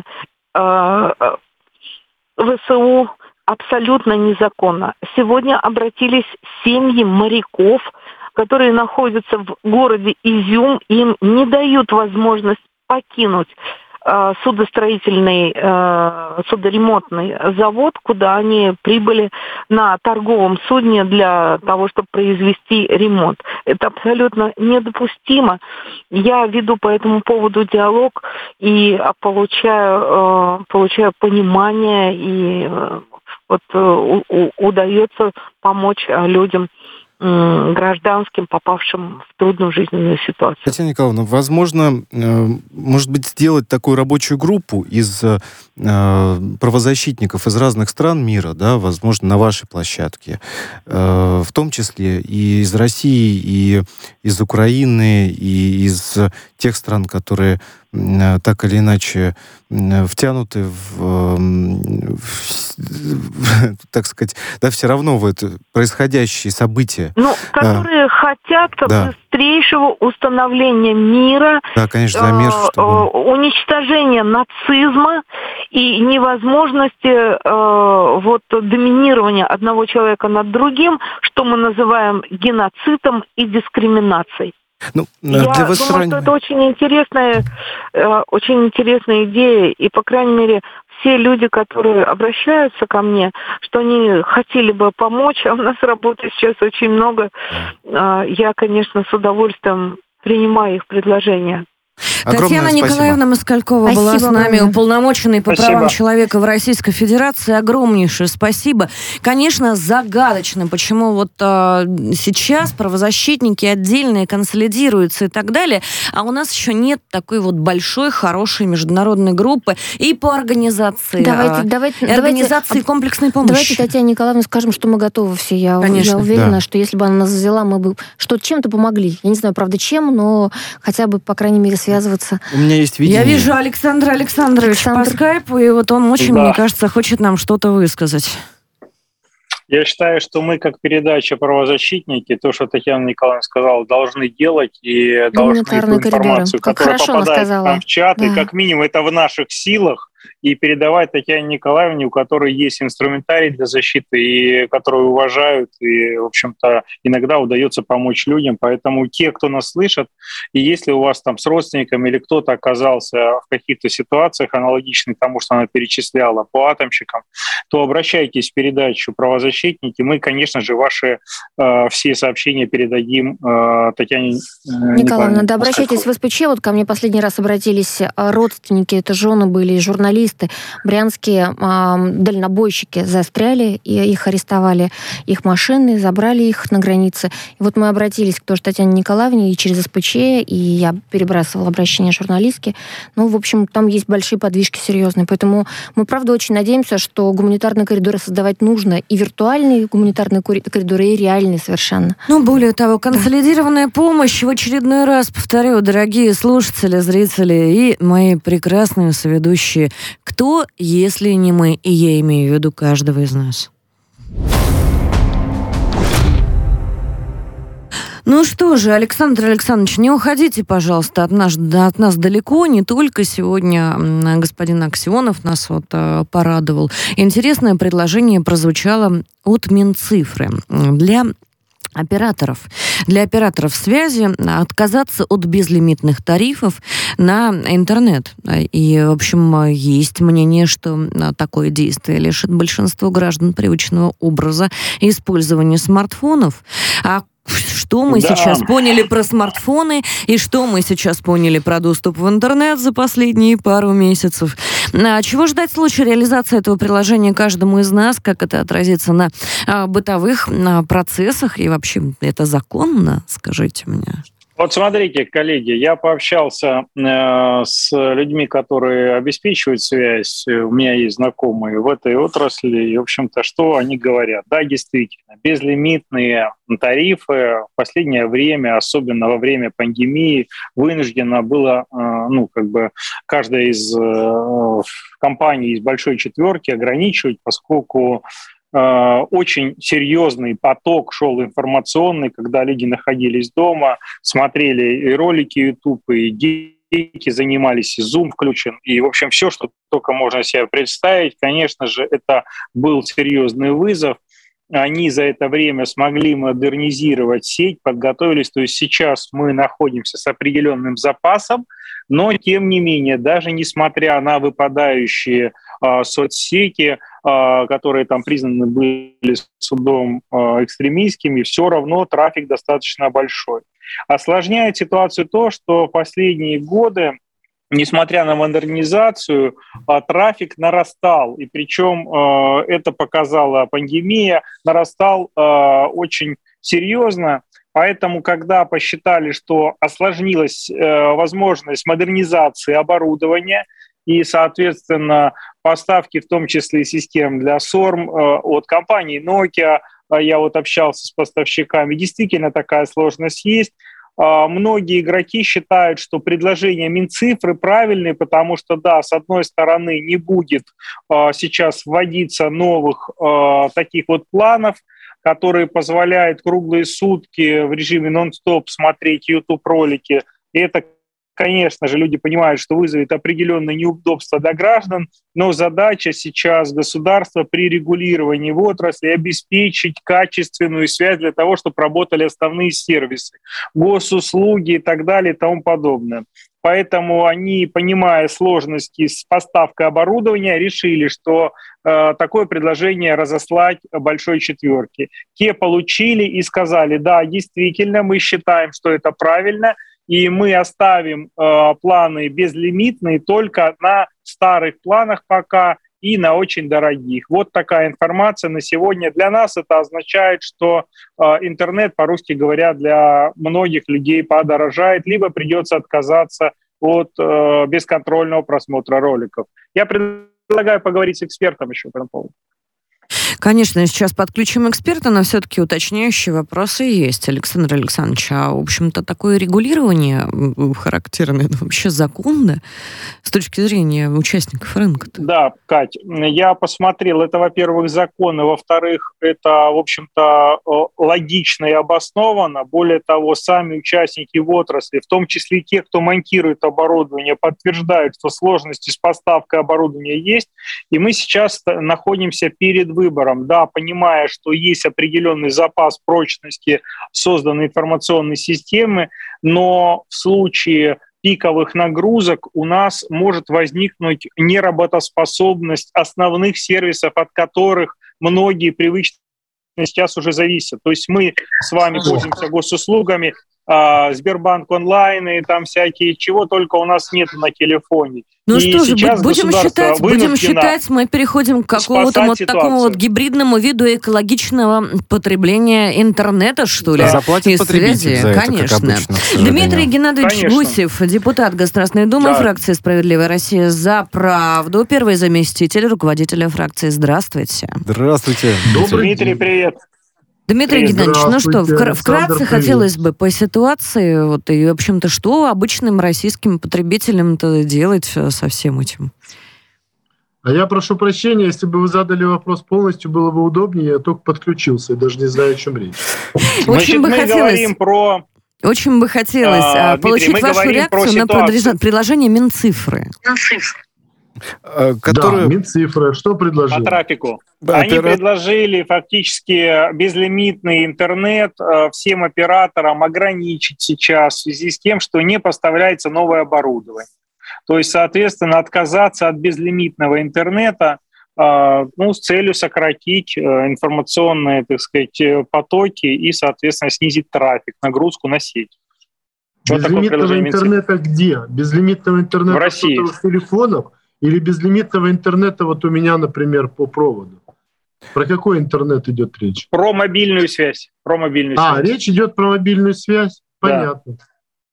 ВСУ абсолютно незаконно. Сегодня обратились семьи моряков, которые находятся в городе Изюм, им не дают возможность покинуть судостроительный, судоремонтный завод, куда они прибыли на торговом судне для того, чтобы произвести ремонт. Это абсолютно недопустимо. Я веду по этому поводу диалог и получаю понимание, и удается помочь людям, гражданским, попавшим в трудную жизненную ситуацию. Татьяна Николаевна, возможно, может быть, сделать такую рабочую группу из правозащитников из разных стран мира, да, возможно, на вашей площадке, в том числе и из России, и из Украины, и из тех стран, которые так или иначе втянуты так сказать, да, все равно в это происходящие события. Которые хотят быстрейшего установления мира, да, конечно, за мир, уничтожения нацизма и невозможности доминирования одного человека над другим, что мы называем геноцидом и дискриминацией. Я думаю, что это очень интересная идея, и, по крайней мере, все люди, которые обращаются ко мне, что они хотели бы помочь, а у нас работы сейчас очень много, я, конечно, с удовольствием принимаю их предложения. Татьяна Николаевна Москалькова была с нами, уполномоченной по правам человека в Российской Федерации. Огромнейшее спасибо. Конечно, загадочно, почему сейчас правозащитники отдельные консолидируются и так далее, а у нас еще нет такой большой, хорошей международной группы и по организации, организации комплексной помощи. Давайте Татьяне Николаевне скажем, что мы готовы все. Я уверена, что если бы она нас взяла, мы бы чем-то помогли. Я не знаю, правда, чем, но хотя бы, по крайней мере, связываться. У меня есть видение. Я вижу Александра Александровича по скайпу, и он очень, мне кажется, хочет нам что-то высказать. Я считаю, что мы, как передача «Правозащитники», то, что Татьяна Николаевна сказала, должны делать и должны эту информацию, которая попадает к нам в чаты, как минимум это в наших силах, и передавать Татьяне Николаевне, у которой есть инструментарий для защиты, и которую уважают, и, в общем-то, иногда удается помочь людям. Поэтому те, кто нас слышат, и если у вас там с родственниками или кто-то оказался в каких-то ситуациях, аналогичных тому, что она перечисляла по атомщикам, то обращайтесь в передачу «Правозащитники». Мы, конечно же, ваши все сообщения передадим Татьяне Николаевне. Да, обращайтесь в СПЧ. Ко мне последний раз обратились родственники, это жены были, журналисты, брянские дальнобойщики застряли, и их арестовали, их машины, забрали их на границе. И мы обратились к той же Татьяне Николаевне и через СПЧ, и я перебрасывала обращение журналистки. В общем, там есть большие подвижки серьезные. Поэтому мы, правда, очень надеемся, что гуманитарные коридоры создавать нужно. И виртуальные гуманитарные коридоры, и реальные совершенно. Более того, консолидированная помощь, в очередной раз повторю, дорогие слушатели, зрители и мои прекрасные соведущие. Кто, если не мы? И я имею в виду каждого из нас. Что же, Александр Александрович, не уходите, пожалуйста, от нас далеко. Не только сегодня господин Аксенов нас порадовал. Интересное предложение прозвучало от Минцифры для операторов связи отказаться от безлимитных тарифов на интернет. И, в общем, есть мнение, что такое действие лишит большинство граждан привычного образа использования смартфонов. А что мы сейчас поняли про смартфоны и что мы сейчас поняли про доступ в интернет за последние пару месяцев? Чего ждать в случае реализации этого приложения каждому из нас? Как это отразится на бытовых процессах? И вообще, это законно? Скажите мне. Смотрите, коллеги, я пообщался с людьми, которые обеспечивают связь. У меня есть знакомые в этой отрасли. И, в общем-то, что они говорят? Да, действительно, безлимитные тарифы в последнее время, особенно во время пандемии, вынуждено было, каждая из компаний из большой четверки ограничивать, поскольку очень серьезный поток шел информационный, когда люди находились дома, смотрели и ролики YouTube, и дети занимались, и Zoom включен, и, в общем, все, что только можно себе представить. Конечно же, это был серьезный вызов. они за это время смогли модернизировать сеть, подготовились. То есть сейчас мы находимся с определенным запасом, но тем не менее, даже несмотря на выпадающие соцсети, которые там признаны были судом экстремистскими, все равно трафик достаточно большой. Осложняет ситуацию то, что в последние годы, несмотря на модернизацию, трафик нарастал. И причем это показала пандемия, нарастал очень серьезно. Поэтому, когда посчитали, что осложнилась возможность модернизации оборудования и, соответственно, поставки, в том числе и систем для СОРМ от компании Nokia, я вот общался с поставщиками, действительно такая сложность есть. Многие игроки считают, что предложения Минцифры правильные, потому что, да, с одной стороны, не будет сейчас вводиться новых таких вот планов, которые позволяют круглые сутки в режиме нон-стоп смотреть YouTube-ролики. И это, конечно же, люди понимают, что вызовет определенные неудобства для граждан, но задача сейчас государства при регулировании в отрасли обеспечить качественную связь для того, чтобы работали основные сервисы, госуслуги и так далее и тому подобное. Поэтому они, понимая сложности с поставкой оборудования, решили, что такое предложение разослать большой четверке. Те получили и сказали, да, действительно, мы считаем, что это правильно, и мы оставим планы безлимитные только на старых планах пока и на очень дорогих. Вот такая информация на сегодня. Для нас это означает, что интернет, по-русски говоря, для многих людей подорожает, либо придется отказаться от бесконтрольного просмотра роликов. Я предлагаю поговорить с экспертом еще по этому поводу. Конечно, сейчас подключим эксперта, но все-таки уточняющие вопросы есть. Александр Александрович, а, в общем-то, такое регулирование характерное, это вообще законно с точки зрения участников рынка-то? Да, Кать, я посмотрел, это, во-первых, законно, во-вторых, это, в общем-то, логично и обосновано. Более того, сами участники в отрасли, в том числе те, кто монтирует оборудование, подтверждают, что сложности с поставкой оборудования есть, и мы сейчас находимся перед выбором. Да, понимая, что есть определенный запас прочности созданной информационной системы, но в случае пиковых нагрузок у нас может возникнуть неработоспособность основных сервисов, от которых многие привычно сейчас уже зависят. То есть мы с вами пользуемся госуслугами, Сбербанк онлайн и там всякие, чего только у нас нет на телефоне. Ну и что же, будем считать, мы переходим к какому-то вот такому вот гибридному виду экологичного потребления интернета, что ли? Да. Заплатит потребитель за это, конечно. Как обычно, Дмитрий Геннадьевич Гусев, депутат Государственной Думы, фракции «Справедливая Россия за правду», первый заместитель руководителя фракции. Здравствуйте. Здравствуйте. Дмитрий, привет. Дмитрий Геннадьевич, ну что, вкратце хотелось бы по ситуации, вот, и, в общем-то, что обычным российским потребителям-то делать со всем этим? А я прошу прощения, если бы вы задали вопрос полностью, было бы удобнее, я только подключился и даже не знаю, о чем речь. Очень бы хотелось получить вашу реакцию на предложение Минцифры. Да, Минцифра, что предложили? По трафику. Они предложили фактически безлимитный интернет всем операторам ограничить сейчас в связи с тем, что не поставляется новое оборудование. То есть, соответственно, отказаться от безлимитного интернета с целью сократить информационные, так сказать, потоки и, соответственно, снизить трафик, нагрузку на сеть. Безлимитного интернета где? Безлимитного интернета в России. С телефонов? Или безлимитного интернета вот у меня, например, по проводу? Про какой интернет идет речь? Про мобильную связь. Речь идет про мобильную связь? Понятно. Да.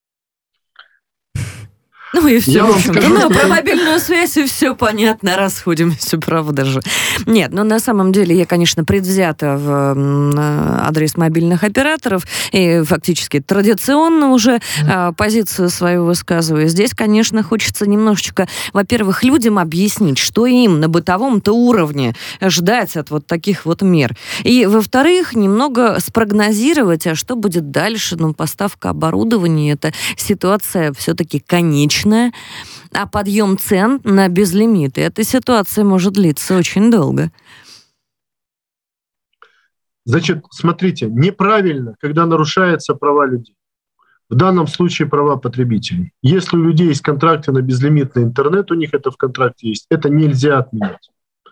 Ну и все, в общем-то. Про мобильную связь и все понятно, расходимся, правда же. Нет, на самом деле я, конечно, предвзята в адрес мобильных операторов и фактически традиционно уже позицию свою высказываю. Здесь, конечно, хочется немножечко, во-первых, людям объяснить, что им на бытовом-то уровне ждать от вот таких вот мер. И, во-вторых, немного спрогнозировать, а что будет дальше. Поставка оборудования, это ситуация все-таки конечная. А подъем цен на безлимиты, эта ситуация может длиться очень долго. Значит, смотрите, неправильно, когда нарушаются права людей. В данном случае права потребителей. Если у людей есть контракты на безлимитный интернет, у них это в контракте есть, это нельзя отменять.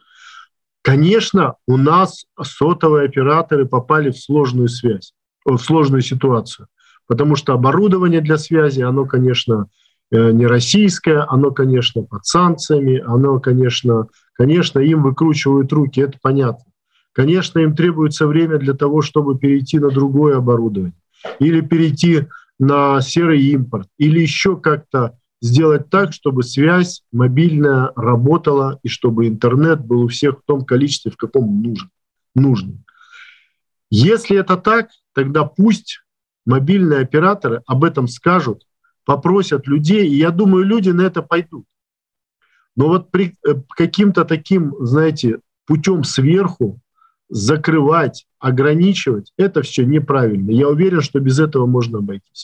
Конечно, у нас сотовые операторы попали в сложную ситуацию, потому что оборудование для связи, оно, конечно, не российское, оно, конечно, под санкциями, оно, конечно, им выкручивают руки, это понятно. Конечно, им требуется время для того, чтобы перейти на другое оборудование или перейти на серый импорт, или еще как-то сделать так, чтобы связь мобильная работала и чтобы интернет был у всех в том количестве, в каком нужно. Если это так, тогда пусть мобильные операторы об этом скажут, попросят людей, и я думаю, люди на это пойдут. Но вот при каким-то таким, знаете, путем сверху закрывать, ограничивать, это все неправильно. Я уверен, что без этого можно обойтись.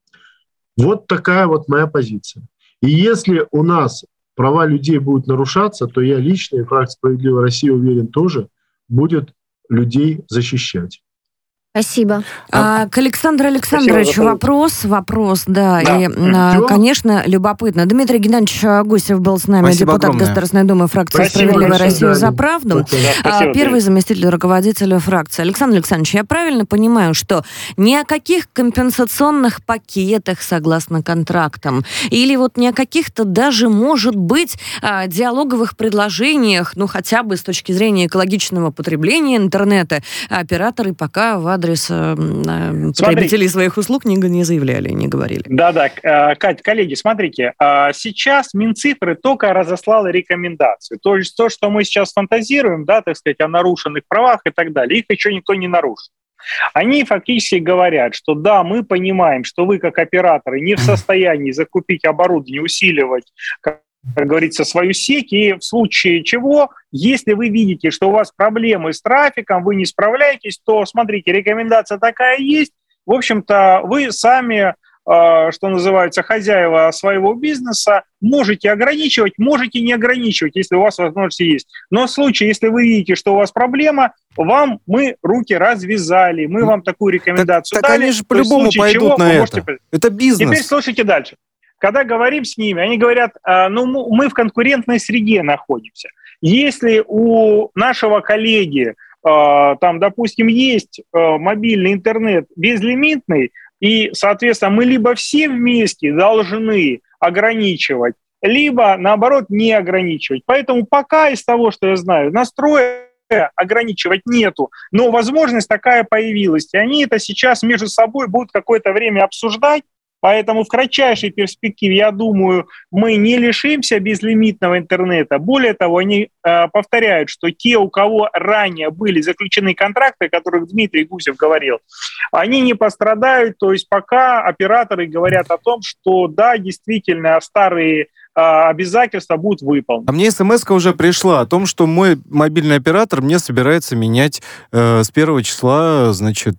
Вот такая вот моя позиция. И если у нас права людей будут нарушаться, то я лично и фракция «Справедливая Россия», уверен, тоже будет людей защищать. Спасибо. К Александру Александровичу вопрос, да. И, конечно, любопытно. Дмитрий Геннадьевич Гусев был с нами, спасибо депутат огромное. Государственной Думы, фракции «Справедливая Россия за правду». Первый заместитель руководителя фракции. Александр Александрович, я правильно понимаю, что ни о каких компенсационных пакетах согласно контрактам или вот ни о каких-то даже, может быть, диалоговых предложениях, ну, хотя бы с точки зрения экологичного потребления интернета, операторы пока в адрес потребителей своих услуг не заявляли, не говорили. Да, Кать, коллеги, смотрите, сейчас Минцифры только разослала рекомендации. То есть то, что мы сейчас фантазируем, да, так сказать, о нарушенных правах и так далее, их еще никто не нарушил. Они фактически говорят, что да, мы понимаем, что вы как операторы не в состоянии закупить оборудование, усиливать, как говорится, свою сеть, и в случае чего, если вы видите, что у вас проблемы с трафиком, вы не справляетесь, то, смотрите, рекомендация такая есть. В общем-то, вы сами, что называется, хозяева своего бизнеса, можете ограничивать, можете не ограничивать, если у вас возможности есть. Но в случае, если вы видите, что у вас проблема, вам мы руки развязали, мы вам такую рекомендацию дали. Так они же по-любому пойдут на это. Это бизнес. Теперь слушайте дальше. Когда говорим с ними, они говорят, мы в конкурентной среде находимся. Если у нашего коллеги, там, допустим, есть мобильный интернет безлимитный, и, соответственно, мы либо все вместе должны ограничивать, либо, наоборот, не ограничивать. Поэтому пока из того, что я знаю, настроя ограничивать нету, но возможность такая появилась. И они это сейчас между собой будут какое-то время обсуждать. Поэтому в кратчайшей перспективе, я думаю, мы не лишимся безлимитного интернета. Более того, они повторяют, что те, у кого ранее были заключены контракты, о которых Дмитрий Гусев говорил, они не пострадают. То есть пока операторы говорят о том, что да, действительно, старые обязательства будут выполнены. А мне смс-ка уже пришла о том, что мой мобильный оператор мне собирается менять с 1 числа, значит,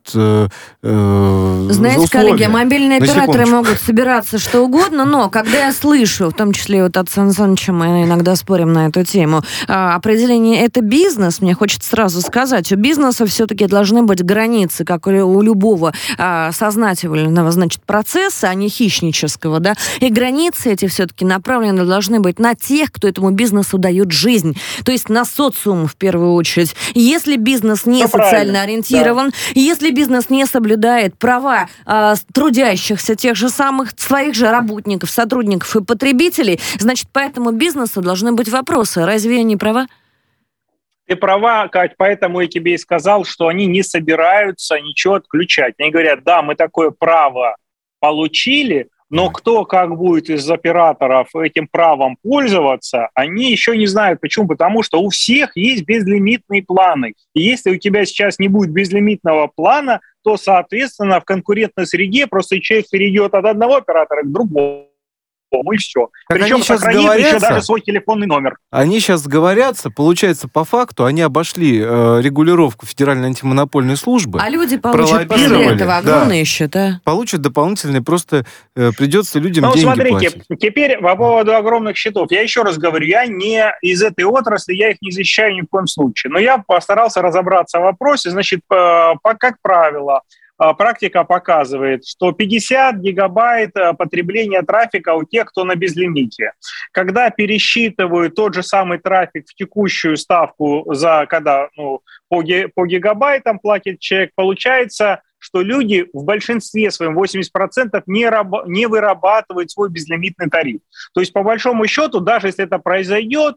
Знаете, условия. коллеги, мобильные операторы могут собираться что угодно, но когда я слышу, в том числе вот от Сан Саныча, мы иногда спорим на эту тему, определение «это бизнес», мне хочется сразу сказать, у бизнеса все-таки должны быть границы, как у любого сознательного, значит, процесса, а не хищнического, да, и границы эти все-таки направлены должны быть на тех, кто этому бизнесу дает жизнь, то есть на социум в первую очередь. Если бизнес не социально ориентирован, да. Если бизнес не соблюдает права трудящихся, тех же самых своих же работников, сотрудников и потребителей, значит, по этому бизнесу должны быть вопросы. Разве я не права? Ты права, Кать, поэтому я тебе и сказал, что они не собираются ничего отключать. Они говорят, да, мы такое право получили, но кто как будет из операторов этим правом пользоваться, они еще не знают. Почему? Потому что у всех есть безлимитные планы. И если у тебя сейчас не будет безлимитного плана, то, соответственно, в конкурентной среде просто человек перейдет от одного оператора к другому. и все. Как Причем сохранив еще даже свой телефонный номер. Они сейчас сговорятся, получается, по факту они обошли регулировку Федеральной антимонопольной службы. А люди получат после этого огромные счета. Получат дополнительные, просто придется людям деньги платить. Смотрите, теперь по поводу огромных счетов. Я еще раз говорю, я не из этой отрасли, я их не защищаю ни в коем случае. Но я постарался разобраться в вопросе. Значит, как правило, практика показывает, что 50 гигабайт потребления трафика у тех, кто на безлимите. Когда пересчитывают тот же самый трафик в текущую ставку, когда по гигабайтам платит человек, получается, что люди в большинстве своем, 80%, не вырабатывают свой безлимитный тариф. То есть, по большому счету, даже если это произойдет,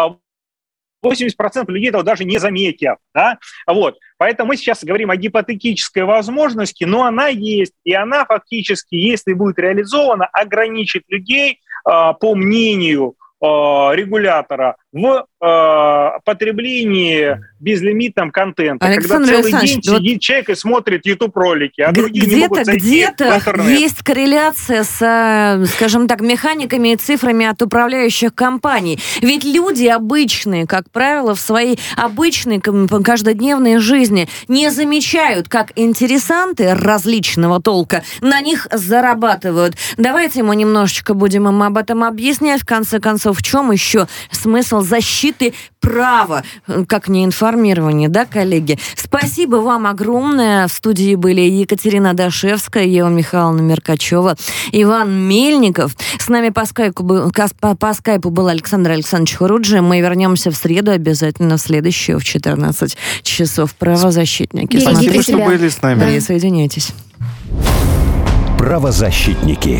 80% людей этого даже не заметят. Да? Поэтому мы сейчас говорим о гипотетической возможности, но она есть, и она фактически, если будет реализована, ограничит людей, по мнению регулятора, в потреблении безлимитном контента. Александр когда целый день сидит человек и смотрит YouTube-ролики, а другие не могут зайти в интернет. Есть корреляция с, скажем так, механиками и цифрами от управляющих компаний. Ведь люди обычные, как правило, в своей обычной каждодневной жизни не замечают, как интересанты различного толка на них зарабатывают. Давайте мы немножечко будем им об этом объяснять. В конце концов, в чем еще смысл защиты права, как не информирование, да, коллеги? Спасибо вам огромное. В студии были Екатерина Дашевская, Ева Михайловна Меркачева, Иван Мельников. С нами по скайпу был Александр Александрович Хуруджи. Мы вернемся в среду обязательно в следующую в 14 часов. Правозащитники. Спасибо, что были с нами. Присоединяйтесь. Правозащитники.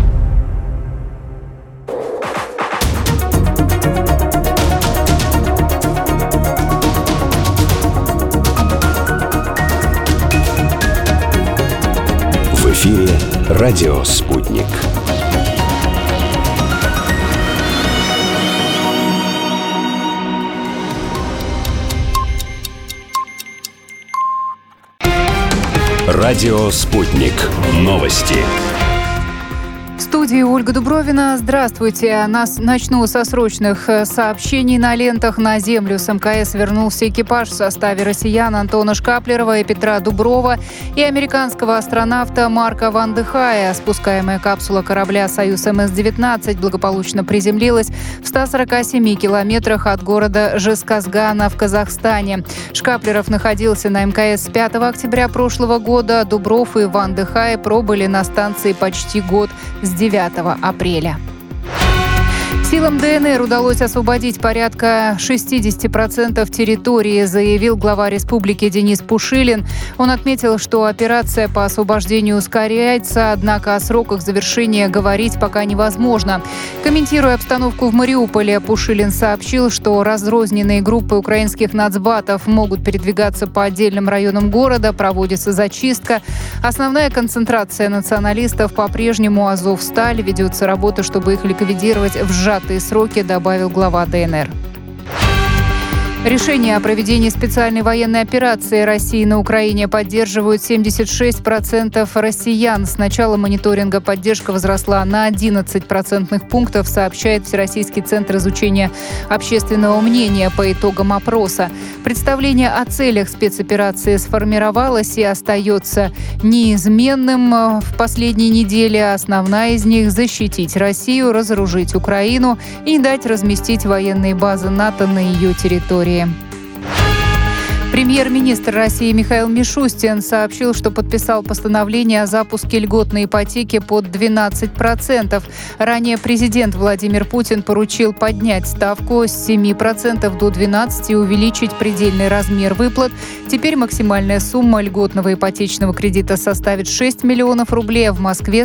В эфире радио «Спутник». Радио «Спутник». Новости. В студии Ольга Дубровина. Здравствуйте. Начну со срочных сообщений на лентах. На Землю с МКС вернулся экипаж в составе россиян Антона Шкаплерова и Петра Дуброва и американского астронавта Марка Ван де Хая. Спускаемая капсула корабля «Союз МС-19» благополучно приземлилась в 147 километрах от города Жезказгана в Казахстане. Шкаплеров находился на МКС с 5 октября прошлого года. Дубров и Ван де Хай пробыли на станции почти год, с 9 апреля. Силам ДНР удалось освободить порядка 60% территории, заявил глава республики Денис Пушилин. Он отметил, что операция по освобождению ускоряется, однако о сроках завершения говорить пока невозможно. Комментируя обстановку в Мариуполе, Пушилин сообщил, что разрозненные группы украинских нацбатов могут передвигаться по отдельным районам города, проводится зачистка. Основная концентрация националистов по-прежнему Азовсталь. Ведется работа, чтобы их ликвидировать в сжатые сроки, добавил глава ДНР. Решение о проведении специальной военной операции России на Украине поддерживают 76% россиян. С начала мониторинга поддержка возросла на 11 процентных пунктов, сообщает Всероссийский центр изучения общественного мнения по итогам опроса. Представление о целях спецоперации сформировалось и остается неизменным в последние недели. Основная из них – защитить Россию, разоружить Украину и не дать разместить военные базы НАТО на ее территории. Премьер-министр России Михаил Мишустин сообщил, что подписал постановление о запуске льготной ипотеки под 12%. Ранее президент Владимир Путин поручил поднять ставку с 7% до 12% и увеличить предельный размер выплат. Теперь максимальная сумма льготного ипотечного кредита составит 6 миллионов рублей, а в Москве,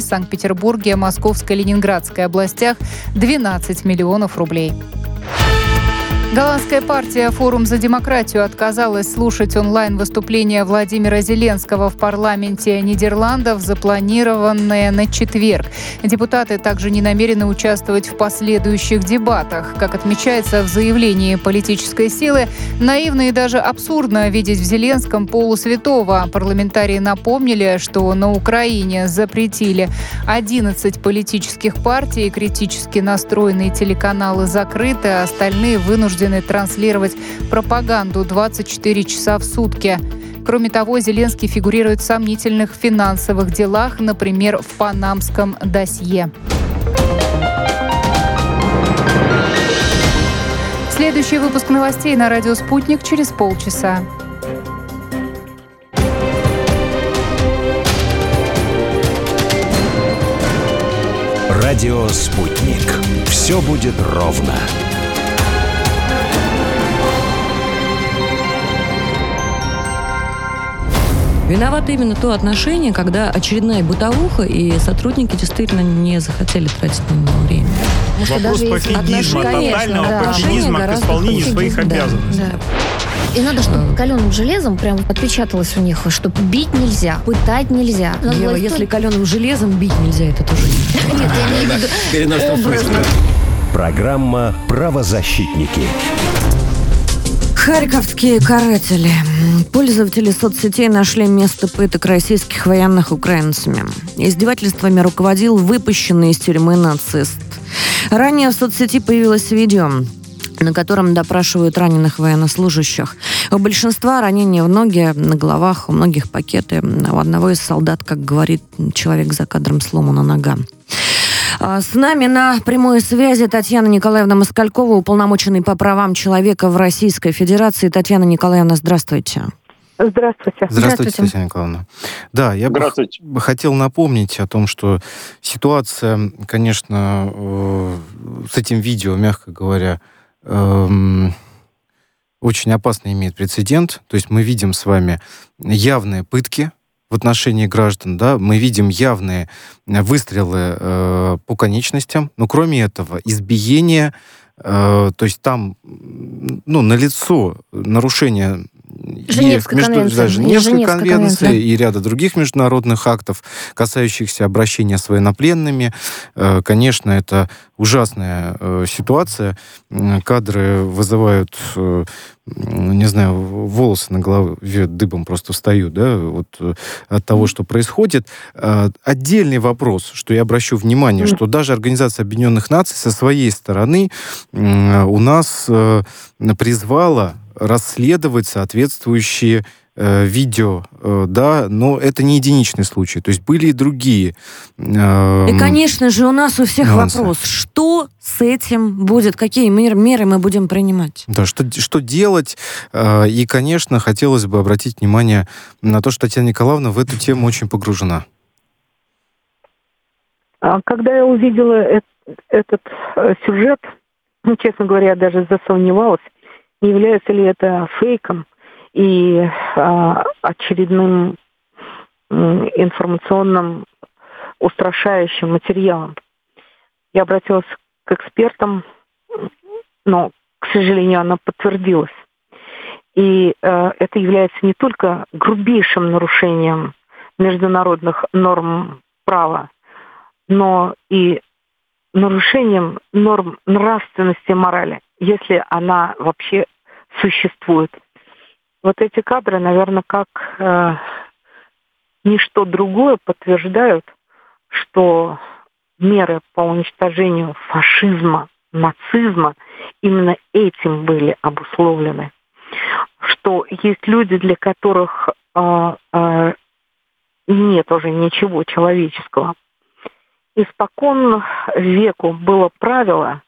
Голландская партия «Форум за демократию» отказалась слушать онлайн-выступление Владимира Зеленского в парламенте Нидерландов, запланированное на четверг. Депутаты также не намерены участвовать в последующих дебатах. Как отмечается в заявлении политической силы, наивно и даже абсурдно видеть в Зеленском полусвятого. Парламентарии напомнили, что на Украине запретили 11 политических партий, критически настроенные телеканалы закрыты, а остальные вынуждены транслировать пропаганду 24 часа в сутки. Кроме того, Зеленский фигурирует в сомнительных финансовых делах, например, в панамском досье. Следующий выпуск новостей на радио «Спутник» через полчаса. Радио «Спутник». Все будет ровно. Виновато именно то отношение, когда очередная бытовуха, и сотрудники действительно не захотели тратить на него время. Вопрос пофигизма, тотального пофигизма к исполнению своих обязанностей. И надо, чтобы каленым железом прям отпечаталось у них, что бить нельзя, пытать нельзя. Ева, если каленым железом бить нельзя, это тоже не. Нет, я имею в виду образно. Программа «Правозащитники». Харьковские каратели. Пользователи соцсетей нашли место пыток российских военных украинцами. Издевательствами руководил выпущенный из тюрьмы нацист. Ранее в соцсети появилось видео, на котором допрашивают раненых военнослужащих. У большинства ранения в ноги, на головах, у многих пакеты. У одного из солдат, как говорит человек за кадром, сломана нога. С нами на прямой связи Татьяна Николаевна Москалькова, уполномоченный по правам человека в Российской Федерации. Татьяна Николаевна, здравствуйте. Здравствуйте. Здравствуйте, Татьяна Николаевна. Да, я бы хотел напомнить о том, что ситуация, конечно, с этим видео, мягко говоря, очень опасно имеет прецедент. То есть мы видим с вами явные пытки в отношении граждан, да, мы видим явные выстрелы по конечностям, но кроме этого избиение, то есть там, налицо нарушение Женевской конвенции и ряда других международных актов, касающихся обращения с военнопленными. Конечно, это ужасная ситуация. Кадры вызывают, не знаю, волосы на голове дыбом просто встают, да, вот от того, что происходит. Отдельный вопрос, что я обращу внимание, что даже Организация Объединенных Наций со своей стороны у нас призвала расследовать соответствующие видео, да, но это не единичный случай. То есть были и другие. И, конечно же, у нас у всех вопрос, что с этим будет, какие меры мы будем принимать? Да, что делать? И, конечно, хотелось бы обратить внимание на то, что Татьяна Николаевна в эту тему очень погружена. Когда я увидела этот сюжет, честно говоря, я даже засомневалась, не является ли это фейком и очередным информационным устрашающим материалом. Я обратилась к экспертам, но, к сожалению, она подтвердилась. И это является не только грубейшим нарушением международных норм права, но и нарушением норм нравственности и морали, если она вообще существует. Вот эти кадры, наверное, как ничто другое подтверждают, что меры по уничтожению фашизма, нацизма именно этим были обусловлены. Что есть люди, для которых нет уже ничего человеческого. Испокон веку было правило,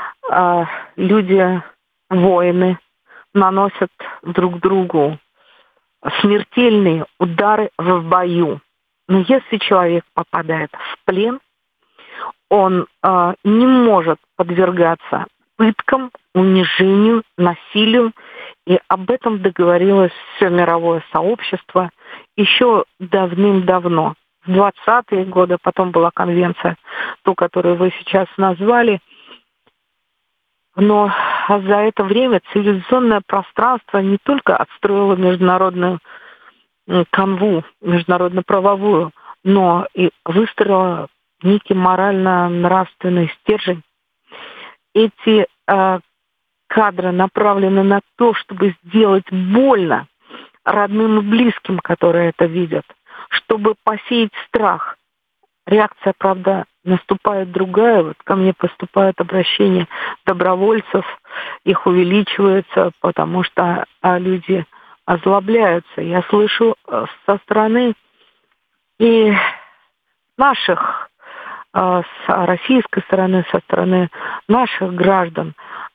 люди, воины, наносят друг другу смертельные удары в бою. Но если человек попадает в плен, он не может подвергаться пыткам, унижению, насилию. И об этом договорилось все мировое сообщество еще давным-давно. В 20-е годы, потом была конвенция, ту, которую вы сейчас назвали. Но за это время цивилизационное пространство не только отстроило международную канву, международно-правовую, но и выстроило некий морально-нравственный стержень. Эти кадры направлены на то, чтобы сделать больно родным и близким, которые это видят, чтобы посеять страх. Реакция, правда, наступает другая. Вот ко мне поступают обращения добровольцев, их увеличивается, потому что люди озлобляются. Я слышу со стороны и наших, с российской стороны, со стороны наших граждан,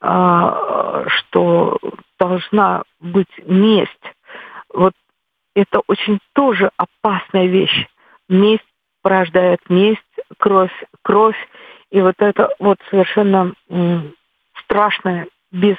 что должна быть месть. Вот это очень тоже опасная вещь. Месть порождает месть, кровь. И вот это вот совершенно страшная,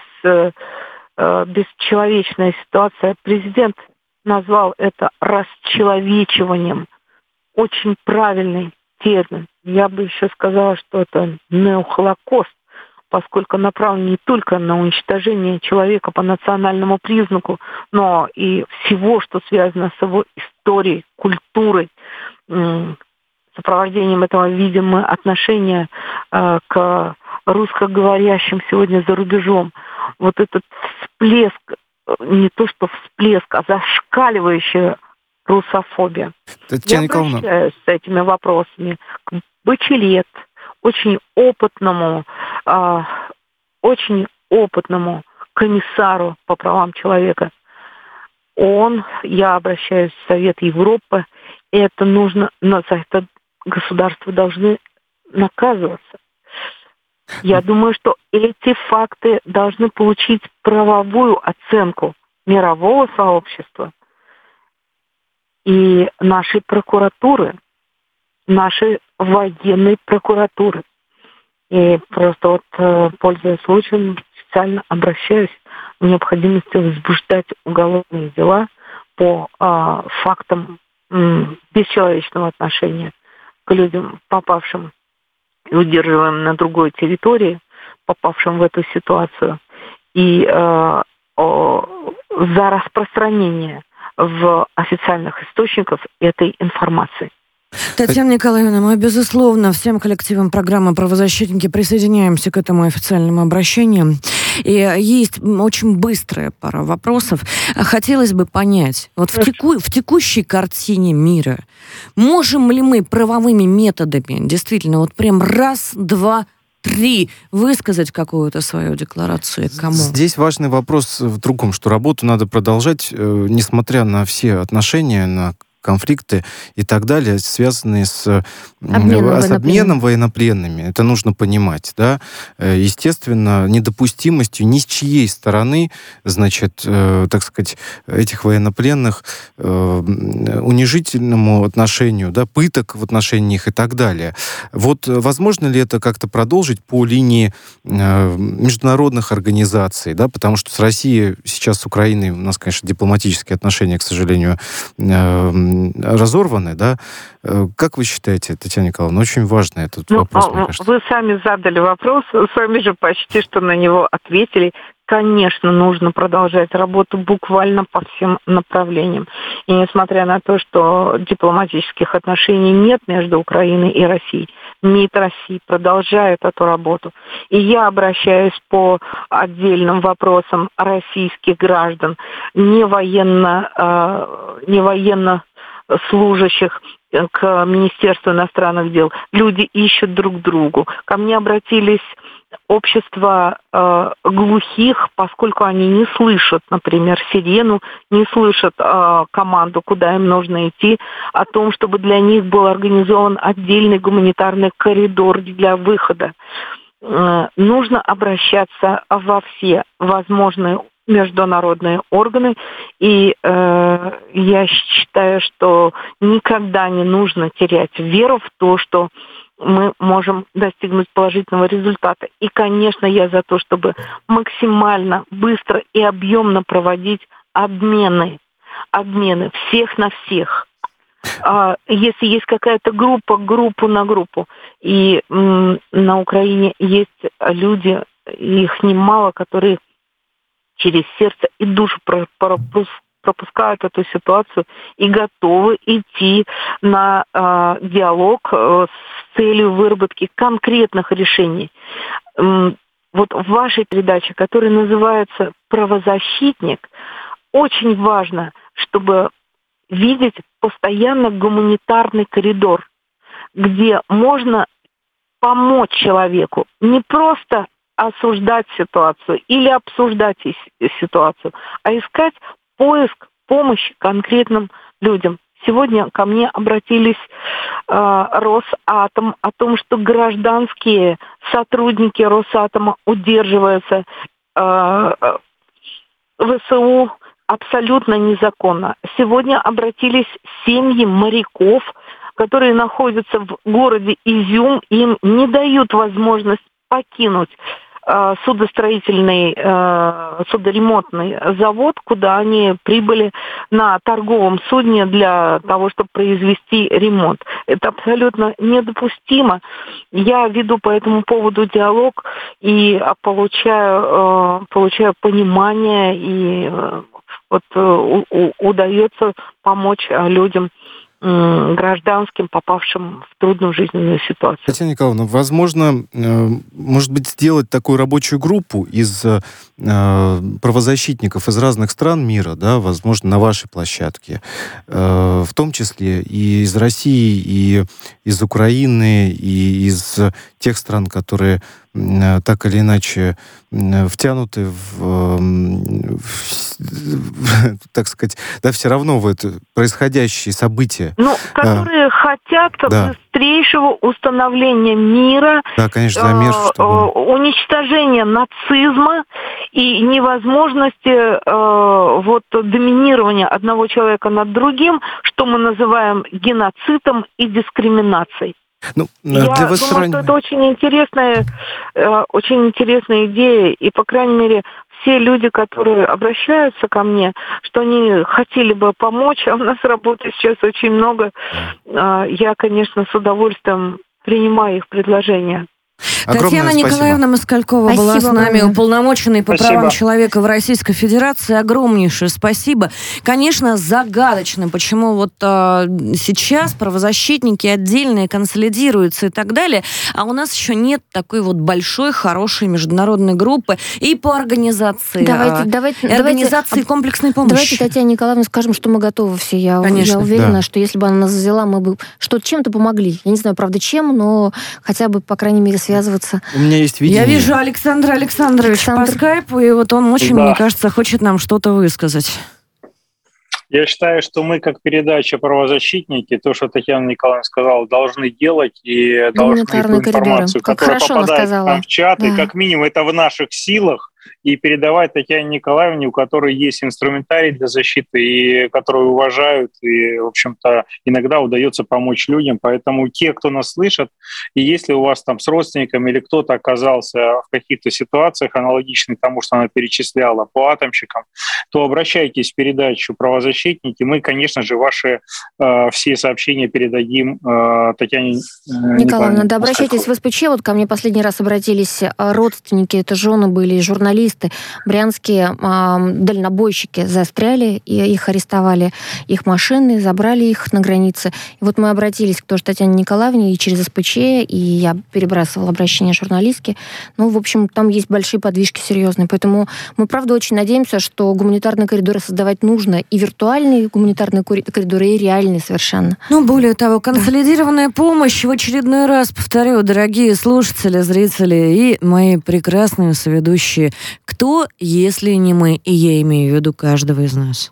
бесчеловечная ситуация. Президент назвал это расчеловечиванием. Очень правильный термин. Я бы еще сказала, что это неохолокост, поскольку направлен не только на уничтожение человека по национальному признаку, но и всего, что связано с его историей, культурой, сопровождением этого видим мы отношения к русскоговорящим сегодня за рубежом. Вот этот всплеск, не то что всплеск, а зашкаливающая русофобия. Я обращаюсь с этими вопросами к Бачелет, очень опытному комиссару по правам человека. Я обращаюсь в Совет Европы, и это нужно, за это государства должны наказываться. Я думаю, что эти факты должны получить правовую оценку мирового сообщества и нашей прокуратуры, нашей военной прокуратуры. И просто вот, пользуясь случаем, специально обращаюсь к необходимости возбуждать уголовные дела по фактам бесчеловечного отношения к людям, попавшим и удерживаемым на другой территории, попавшим в эту ситуацию, и за распространение в официальных источниках этой информации. Татьяна Николаевна, мы, безусловно, всем коллективам программы «Правозащитники» присоединяемся к этому официальному обращению. И есть очень быстрая пара вопросов. Хотелось бы понять, вот в текущей картине мира можем ли мы правовыми методами действительно вот прям раз, два, три высказать какую-то свою декларацию? Кому? Здесь важный вопрос в другом, что работу надо продолжать, несмотря на все отношения, на конфликты и так далее, связанные с обменом военнопленными. Это нужно понимать, да. Естественно, недопустимостью ни с чьей стороны, значит, так сказать, этих военнопленных, унижительному отношению, да, пыток в отношении них и так далее. Вот возможно ли это как-то продолжить по линии международных организаций, да, потому что с Россией сейчас, с Украиной у нас, конечно, дипломатические отношения, к сожалению, разорваны, да? Как вы считаете, Татьяна Николаевна? Очень важный этот вопрос, мне кажется. Вы сами задали вопрос, сами же почти что на него ответили. Конечно, нужно продолжать работу буквально по всем направлениям. И несмотря на то, что дипломатических отношений нет между Украиной и Россией, МИД России продолжает эту работу. И я обращаюсь по отдельным вопросам российских граждан, не военнослужащих, к Министерству иностранных дел. Люди ищут друг другу. Ко мне обратились общества глухих, поскольку они не слышат, например, сирену, не слышат команду, куда им нужно идти, о том, чтобы для них был организован отдельный гуманитарный коридор для выхода. Нужно обращаться во все возможные международные органы, и я считаю, что никогда не нужно терять веру в то, что мы можем достигнуть положительного результата. И, конечно, я за то, чтобы максимально быстро и объемно проводить обмены всех на всех. Если есть какая-то группу на группу, и на Украине есть люди их немало, которые через сердце и душу пропускают эту ситуацию и готовы идти на диалог с целью выработки конкретных решений. Вот в вашей передаче, которая называется «Правозащитник», очень важно, чтобы видеть постоянно гуманитарный коридор, где можно помочь человеку, не просто осуждать ситуацию или обсуждать ситуацию, а искать поиск помощи конкретным людям. Сегодня ко мне обратились Росатом о том, что гражданские сотрудники Росатома удерживаются ВСУ абсолютно незаконно. Сегодня обратились семьи моряков, которые находятся в городе Изюм, им не дают возможность покинуть судостроительный, судоремонтный завод, куда они прибыли на торговом судне для того, чтобы произвести ремонт. Это абсолютно недопустимо. Я веду по этому поводу диалог и получаю понимание, и удается помочь людям, гражданским, попавшим в трудную жизненную ситуацию. Татьяна Николаевна, возможно, может быть, сделать такую рабочую группу из правозащитников из разных стран мира, да, возможно, на вашей площадке, в том числе и из России, и из Украины, и из тех стран, которые так или иначе втянуты так сказать, да, все равно в это происходящие события. Которые хотят быстрейшего установления мира, конечно, за мир, уничтожения нацизма и невозможности доминирования одного человека над другим, что мы называем геноцидом и дискриминацией. Я думаю, что это очень интересная идея, и, по крайней мере, все люди, которые обращаются ко мне, что они хотели бы помочь, а у нас работы сейчас очень много, я, конечно, с удовольствием принимаю их предложения. Татьяна Николаевна Москалькова была с нами, уполномоченной по правам человека в Российской Федерации. Огромнейшее спасибо. Конечно, загадочно, почему сейчас правозащитники отдельные консолидируются и так далее, а у нас еще нет такой большой, хорошей международной группы и по организации, организации комплексной помощи. Давайте Татьяне Николаевне скажем, что мы готовы все. Я уверена, что если бы она нас взяла, мы бы чем-то помогли. Я не знаю, правда, чем, но хотя бы, по крайней мере, связываться. У меня есть видение. Я вижу Александра Александровича по скайпу, и он очень, мне кажется, хочет нам что-то высказать. Я считаю, что мы, как передача «Правозащитники», то, что Татьяна Николаевна сказала, должны делать и должны эту информацию, которая попадает к нам в чат, и как минимум это в наших силах, и передавать Татьяне Николаевне, у которой есть инструментарий для защиты, и которую уважают, и, в общем-то, иногда удается помочь людям. Поэтому те, кто нас слышат, и если у вас там с родственниками или кто-то оказался в каких-то ситуациях, аналогичных тому, что она перечисляла по атомщикам, то обращайтесь в передачу «Правозащитники». Мы, конечно же, ваши все сообщения передадим Татьяне Николаевне. Да, обращайтесь в СПЧ. Ко мне последний раз обратились родственники, это жены были, журналисты, брянские дальнобойщики застряли, и их арестовали, их машины, забрали их на границе. И мы обратились к той же Татьяне Николаевне и через СПЧ, и я перебрасывала обращение журналистки. В общем, там есть большие подвижки серьезные. Поэтому мы, правда, очень надеемся, что гуманитарные коридоры создавать нужно, и виртуальные гуманитарные коридоры, и реальные совершенно. Более того, консолидированная помощь, в очередной раз повторю, дорогие слушатели, зрители и мои прекрасные соведущие. Кто, если не мы? И я имею в виду каждого из нас.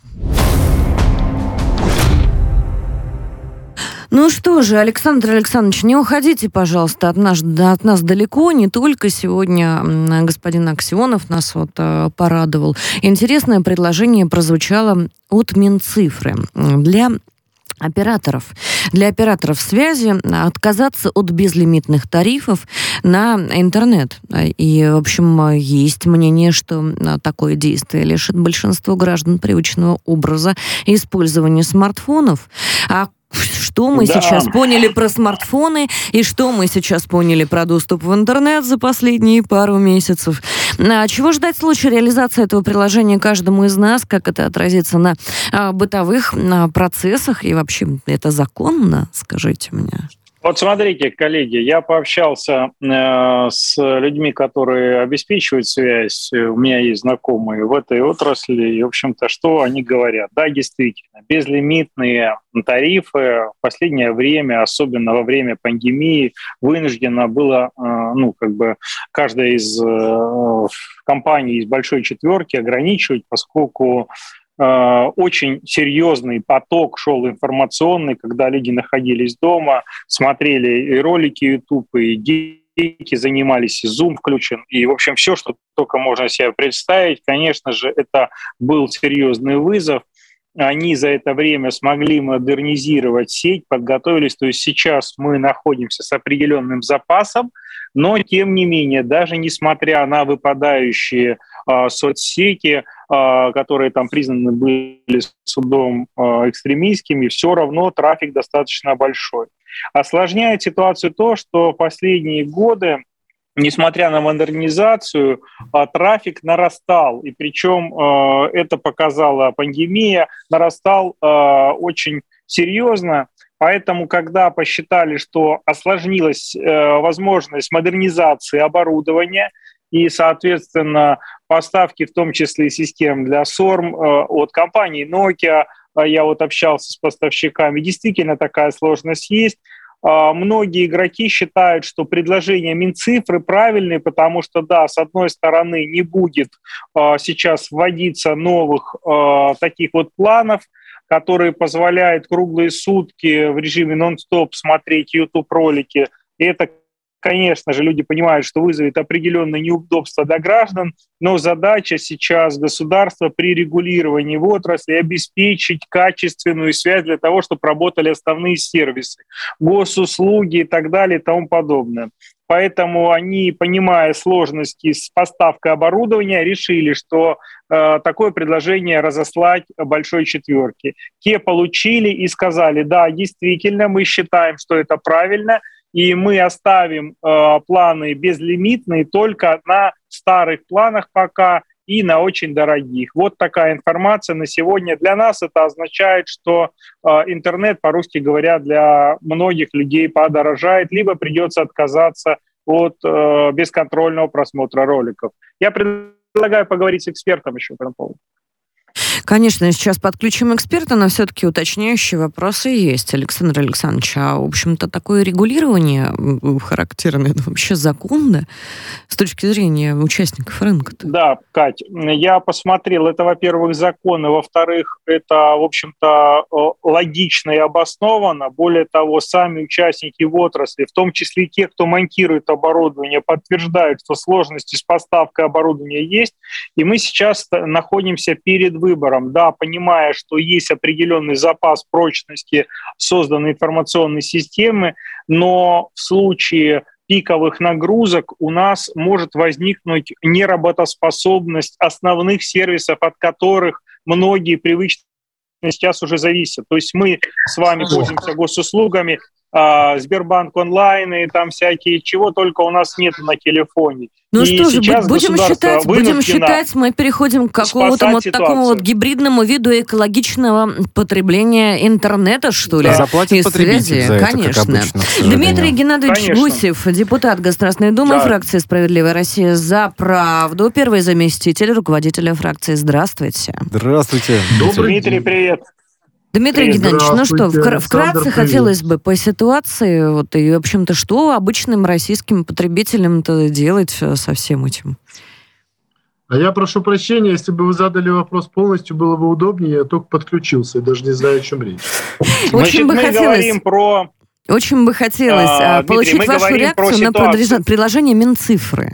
Ну что же, Александр Александрович, не уходите, пожалуйста, от нас далеко. Не только сегодня господин Аксенов нас порадовал. Интересное предложение прозвучало от Минцифры для операторов связи отказаться от безлимитных тарифов на интернет. И, в общем, есть мнение, что такое действие лишит большинство граждан привычного образа использования смартфонов. что мы сейчас поняли про смартфоны и что мы сейчас поняли про доступ в интернет за последние пару месяцев. Чего ждать в случае реализации этого приложения каждому из нас? Как это отразится на бытовых процессах? И вообще, это законно? Скажите мне. Вот смотрите, коллеги, я пообщался с людьми, которые обеспечивают связь. У меня есть знакомые в этой отрасли. И, в общем-то, что они говорят? Да, действительно, безлимитные тарифы в последнее время, особенно во время пандемии, вынуждено было, каждая из компаний из большой четверки ограничивать, поскольку очень серьезный поток шел информационный, когда люди находились дома, смотрели и ролики YouTube, и дети занимались, и Zoom включен, и, в общем, все, что только можно себе представить. Конечно же, это был серьезный вызов. Они за это время смогли модернизировать сеть, подготовились. То есть сейчас мы находимся с определенным запасом, но, тем не менее, даже несмотря на выпадающие соцсети, которые там признаны были судом экстремистскими, все равно трафик достаточно большой. Осложняет ситуацию то, что в последние годы, несмотря на модернизацию, трафик нарастал. И причем это показала пандемия, нарастал очень серьезно. Поэтому, когда посчитали, что осложнилась возможность модернизации оборудования и, соответственно, поставки, в том числе и систем для СОРМ от компании Nokia, я вот общался с поставщиками, действительно такая сложность есть. Многие игроки считают, что предложения Минцифры правильные, потому что, да, с одной стороны, не будет сейчас вводиться новых таких вот планов, которые позволяют круглые сутки в режиме нон-стоп смотреть YouTube-ролики. И это, конечно же, люди понимают, что вызовет определенное неудобство для граждан, но задача сейчас государства при регулировании в отрасли обеспечить качественную связь для того, чтобы работали основные сервисы, госуслуги и так далее и тому подобное. Поэтому они, понимая сложности с поставкой оборудования, решили, что такое предложение разослать большой четверке. Те получили и сказали, да, действительно, мы считаем, что это правильно, и мы оставим планы безлимитные только на старых планах пока и на очень дорогих. Вот такая информация на сегодня. Для нас это означает, что интернет, по-русски говоря, для многих людей подорожает, либо придется отказаться от бесконтрольного просмотра роликов. Я предлагаю поговорить с экспертом еще по этому поводу. Конечно, сейчас подключим эксперта, но все-таки уточняющие вопросы есть. Александр Александрович, в общем-то, такое регулирование характерное, это вообще законно с точки зрения участников рынка-то? Да, Кать, я посмотрел, это, во-первых, законно, во-вторых, это, в общем-то, логично и обосновано. Более того, сами участники в отрасли, в том числе и те, кто монтирует оборудование, подтверждают, что сложности с поставкой оборудования есть, и мы сейчас находимся перед выбором, да, понимая, что есть определенный запас прочности созданной информационной системы, но в случае пиковых нагрузок у нас может возникнуть неработоспособность основных сервисов, от которых многие привычные сейчас уже зависят. То есть мы с вами пользуемся госуслугами, Сбербанк онлайн и там всякие, чего только у нас нет на телефоне. Ну и что же, будем считать, мы переходим к какому-то вот такому вот гибридному виду экологичного потребления интернета, что ли? Да. Заплатит потребитель за это, конечно. Как обычно, Дмитрий Геннадьевич Гусев, депутат Государственной Думы, фракции «Справедливая Россия за правду», первый заместитель руководителя фракции. Здравствуйте. Здравствуйте. Дмитрий, привет. Дмитрий Геннадьевич, ну что, вкратце хотелось бы по ситуации, вот, и, в общем-то, что обычным российским потребителям-то делать со всем этим? А я прошу прощения, если бы вы задали вопрос полностью, было бы удобнее, я только подключился и даже не знаю, о чем речь. Очень бы хотелось получить вашу реакцию на предложение Минцифры.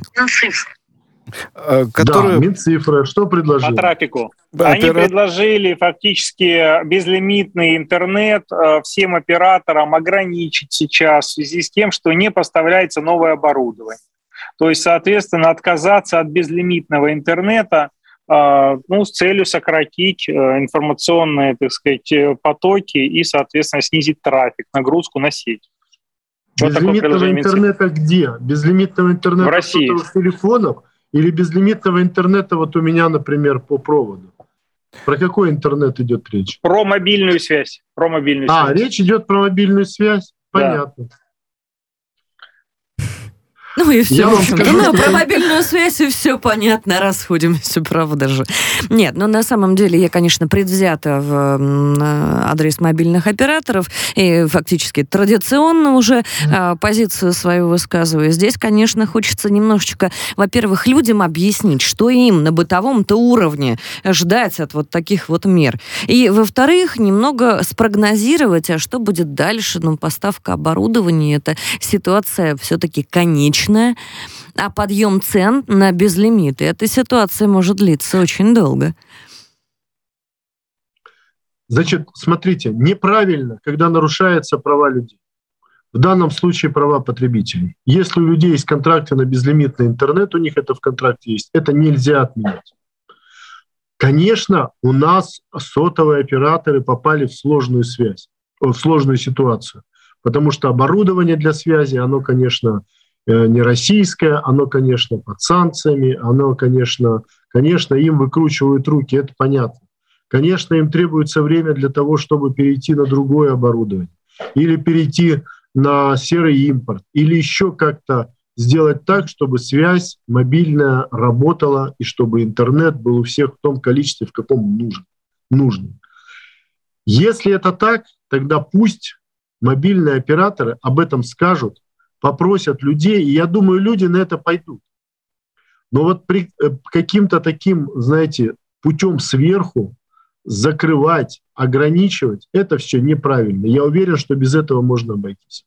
Да, Минцифра, что предложили? По трафику. Они предложили фактически безлимитный интернет всем операторам ограничить сейчас в связи с тем, что не поставляется новое оборудование. То есть, соответственно, отказаться от безлимитного интернета с целью сократить информационные, так сказать, потоки и, соответственно, снизить трафик, нагрузку на сеть. Безлимитного интернета где? Безлимитного интернета в России. В телефонах или безлимитного интернета вот у меня, например, по проводу? Про какой интернет идет речь? Про мобильную связь. Речь идет про мобильную связь? Понятно. Да. Ну и все, в общем-то. Про мобильную связь и все понятно, расходимся, правда же. Нет, на самом деле я, конечно, предвзята в адрес мобильных операторов и фактически традиционно уже позицию свою высказываю. Здесь, конечно, хочется немножечко, во-первых, людям объяснить, что им на бытовом-то уровне ждать от вот таких вот мер. И, во-вторых, немного спрогнозировать, а что будет дальше. Поставка оборудования, это ситуация все-таки конечная. А подъем цен на безлимиты, эта ситуация может длиться очень долго. Значит, смотрите, неправильно, когда нарушаются права людей. В данном случае права потребителей. Если у людей есть контракты на безлимитный интернет, у них это в контракте есть, это нельзя отменять. Конечно, у нас сотовые операторы попали в сложную ситуацию, потому что оборудование для связи, оно, конечно, не российское, оно, конечно, под санкциями, оно, конечно, им выкручивают руки, это понятно. Конечно, им требуется время для того, чтобы перейти на другое оборудование, или перейти на серый импорт, или еще как-то сделать так, чтобы связь мобильная работала, и чтобы интернет был у всех в том количестве, в каком нужно. Если это так, тогда пусть мобильные операторы об этом скажут, попросят людей, и я думаю, люди на это пойдут. Но вот при каким-то таким, знаете, путем сверху закрывать, ограничивать, это все неправильно. Я уверен, что без этого можно обойтись.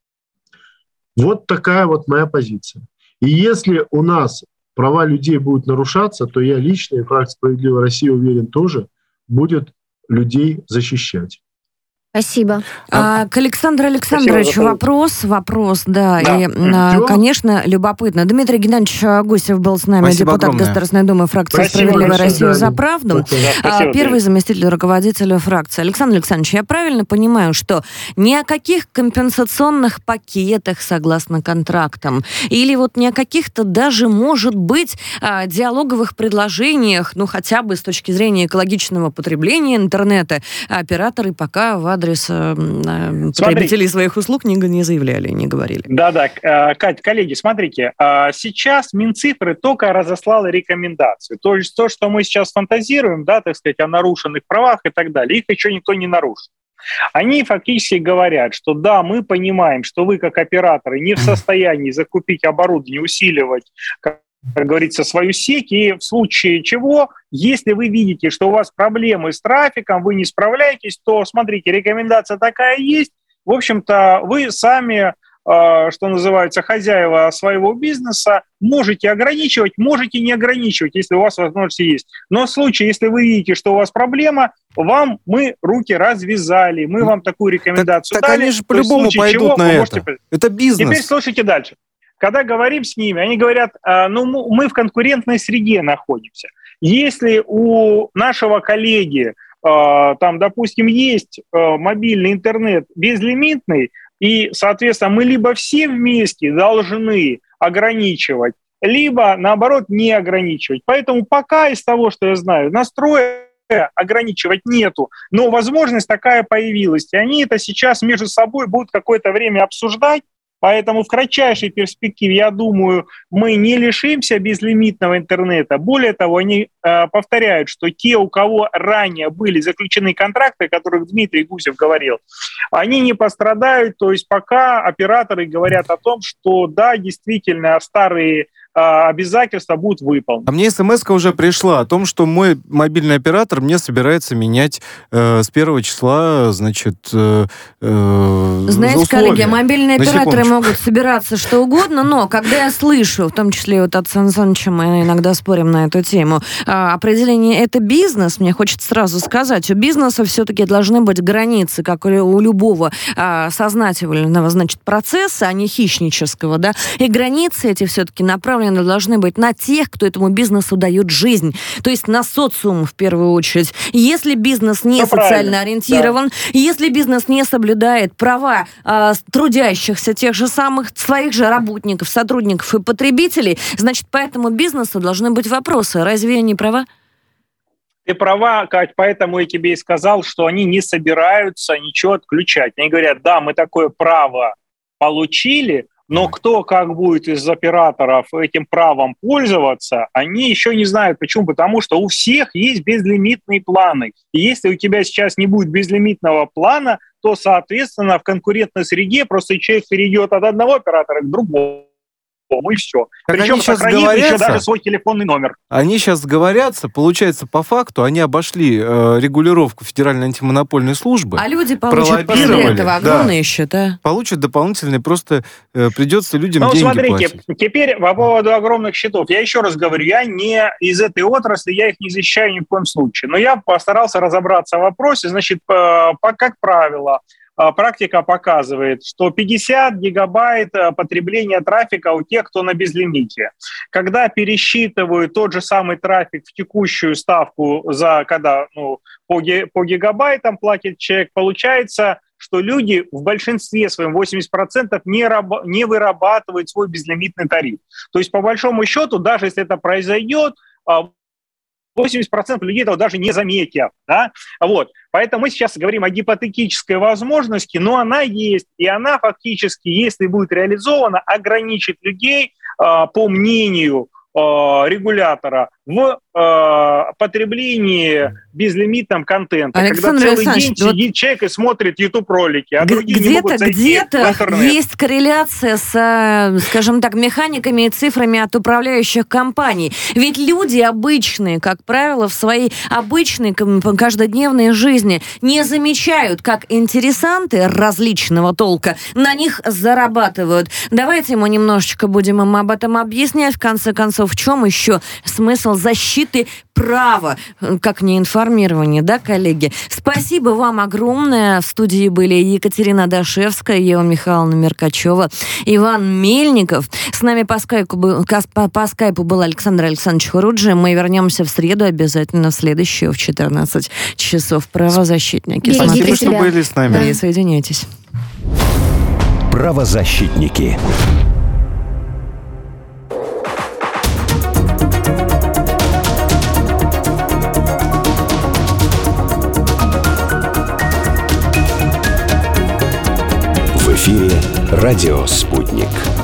Вот такая вот моя позиция. И если у нас права людей будут нарушаться, то я лично, и фракция «Справедливая Россия», уверен, тоже будет людей защищать. Спасибо. К Александру Александровичу вопрос, да. И, конечно, любопытно. Дмитрий Геннадьевич Гусев был с нами, Спасибо депутат огромное. Государственной Думы, фракции «Справедливая Россия за правду». Первый заместитель руководителя фракции. Александр Александрович, я правильно понимаю, что ни о каких компенсационных пакетах согласно контрактам или вот ни о каких-то даже, может быть, диалоговых предложениях, хотя бы с точки зрения экологичного потребления интернета, операторы пока в адрес потребителей своих услуг не заявляли, не говорили. Да, Кать, коллеги, смотрите, сейчас Минцифры только разослала рекомендации. То есть то, что мы сейчас фантазируем, да, так сказать, о нарушенных правах и так далее, их еще никто не нарушил. Они фактически говорят, что да, мы понимаем, что вы как операторы не в состоянии закупить оборудование, усиливать, как говорится, свою сеть, и в случае чего, если вы видите, что у вас проблемы с трафиком, вы не справляетесь, то, смотрите, рекомендация такая есть. В общем-то, вы сами, что называется, хозяева своего бизнеса, можете ограничивать, можете не ограничивать, если у вас возможности есть. Но в случае, если вы видите, что у вас проблема, вам мы руки развязали, мы вам такую рекомендацию дали. Так они же по-любому пойдут на это. Это бизнес. Теперь слушайте дальше. Когда говорим с ними, они говорят, мы в конкурентной среде находимся. Если у нашего коллеги, там, допустим, есть мобильный интернет безлимитный, и, соответственно, мы либо все вместе должны ограничивать, либо, наоборот, не ограничивать. Поэтому пока из того, что я знаю, настроя ограничивать нету, но возможность такая появилась. И они это сейчас между собой будут какое-то время обсуждать. Поэтому в кратчайшей перспективе, я думаю, мы не лишимся безлимитного интернета. Более того, они повторяют, что те, у кого ранее были заключены контракты, о которых Дмитрий Гусев говорил, они не пострадают. То есть пока операторы говорят о том, что да, действительно, старые обязательства будут выполнены. А мне смс-ка уже пришла о том, что мой мобильный оператор мне собирается менять с 1 числа, значит, Знаете, условия. коллеги, мобильные операторы могут собираться что угодно, но когда я слышу, в том числе вот от Сан Саныча, мы иногда спорим на эту тему, определение «это бизнес», мне хочется сразу сказать, у бизнеса все-таки должны быть границы, как у любого сознательного, значит, процесса, а не хищнического, да, и границы эти все-таки направлены направлены должны быть на тех, кто этому бизнесу дает жизнь, то есть на социум в первую очередь. Если бизнес не социально ориентирован, если бизнес не соблюдает права трудящихся, тех же самых своих же работников, сотрудников и потребителей, значит, по этому бизнесу должны быть вопросы. Разве я не права? Ты права, Кать, поэтому я тебе и сказал, что они не собираются ничего отключать. Они говорят, да, мы такое право получили, но кто как будет из операторов этим правом пользоваться, они еще не знают. Почему? Потому что у всех есть безлимитные планы. И если у тебя сейчас не будет безлимитного плана, то, соответственно, в конкурентной среде просто человек перейдет от одного оператора к другому. И все. Причем сохранит еще даже свой телефонный номер. Они сейчас сговорятся, получается, по факту они обошли регулировку Федеральной антимонопольной службы. А люди получат после этого огромные счета. Получат дополнительные, просто придется людям деньги платить. Смотрите, теперь по поводу огромных счетов. Я еще раз говорю, я не из этой отрасли, я их не защищаю ни в коем случае. Но я постарался разобраться в вопросе. Значит, как правило, практика показывает, что 50 гигабайт потребления трафика у тех, кто на безлимите. Когда пересчитывают тот же самый трафик в текущую ставку, когда по гигабайтам платит человек, получается, что люди в большинстве своем, 80%, не вырабатывают свой безлимитный тариф. То есть, по большому счету, даже если это произойдет, 80% людей этого даже не заметят. Да? Вот. Поэтому мы сейчас говорим о гипотетической возможности, но она есть, и она фактически, если будет реализована, ограничит людей, по мнению регулятора, в потреблении безлимитном контента. Александр когда целый день сидит человек и смотрит YouTube-ролики, а другие не могут зайти в интернет. Есть корреляция с, скажем так, механиками и цифрами от управляющих компаний. Ведь люди обычные, как правило, в своей обычной каждодневной жизни не замечают, как интересанты различного толка на них зарабатывают. Давайте мы немножечко будем им об этом объяснять. В конце концов, в чем еще смысл защиты права, как не информирование, да, коллеги? Спасибо вам огромное. В студии были Екатерина Дашевская, Ева Михайловна Меркачева, Иван Мельников. С нами по скайпу был Александр Александрович Хуруджи. Мы вернемся в среду обязательно, в следующую в 14 часов. Правозащитники. Спасибо, что были с нами. Присоединяйтесь. Правозащитники. В эфире «Радио Спутник».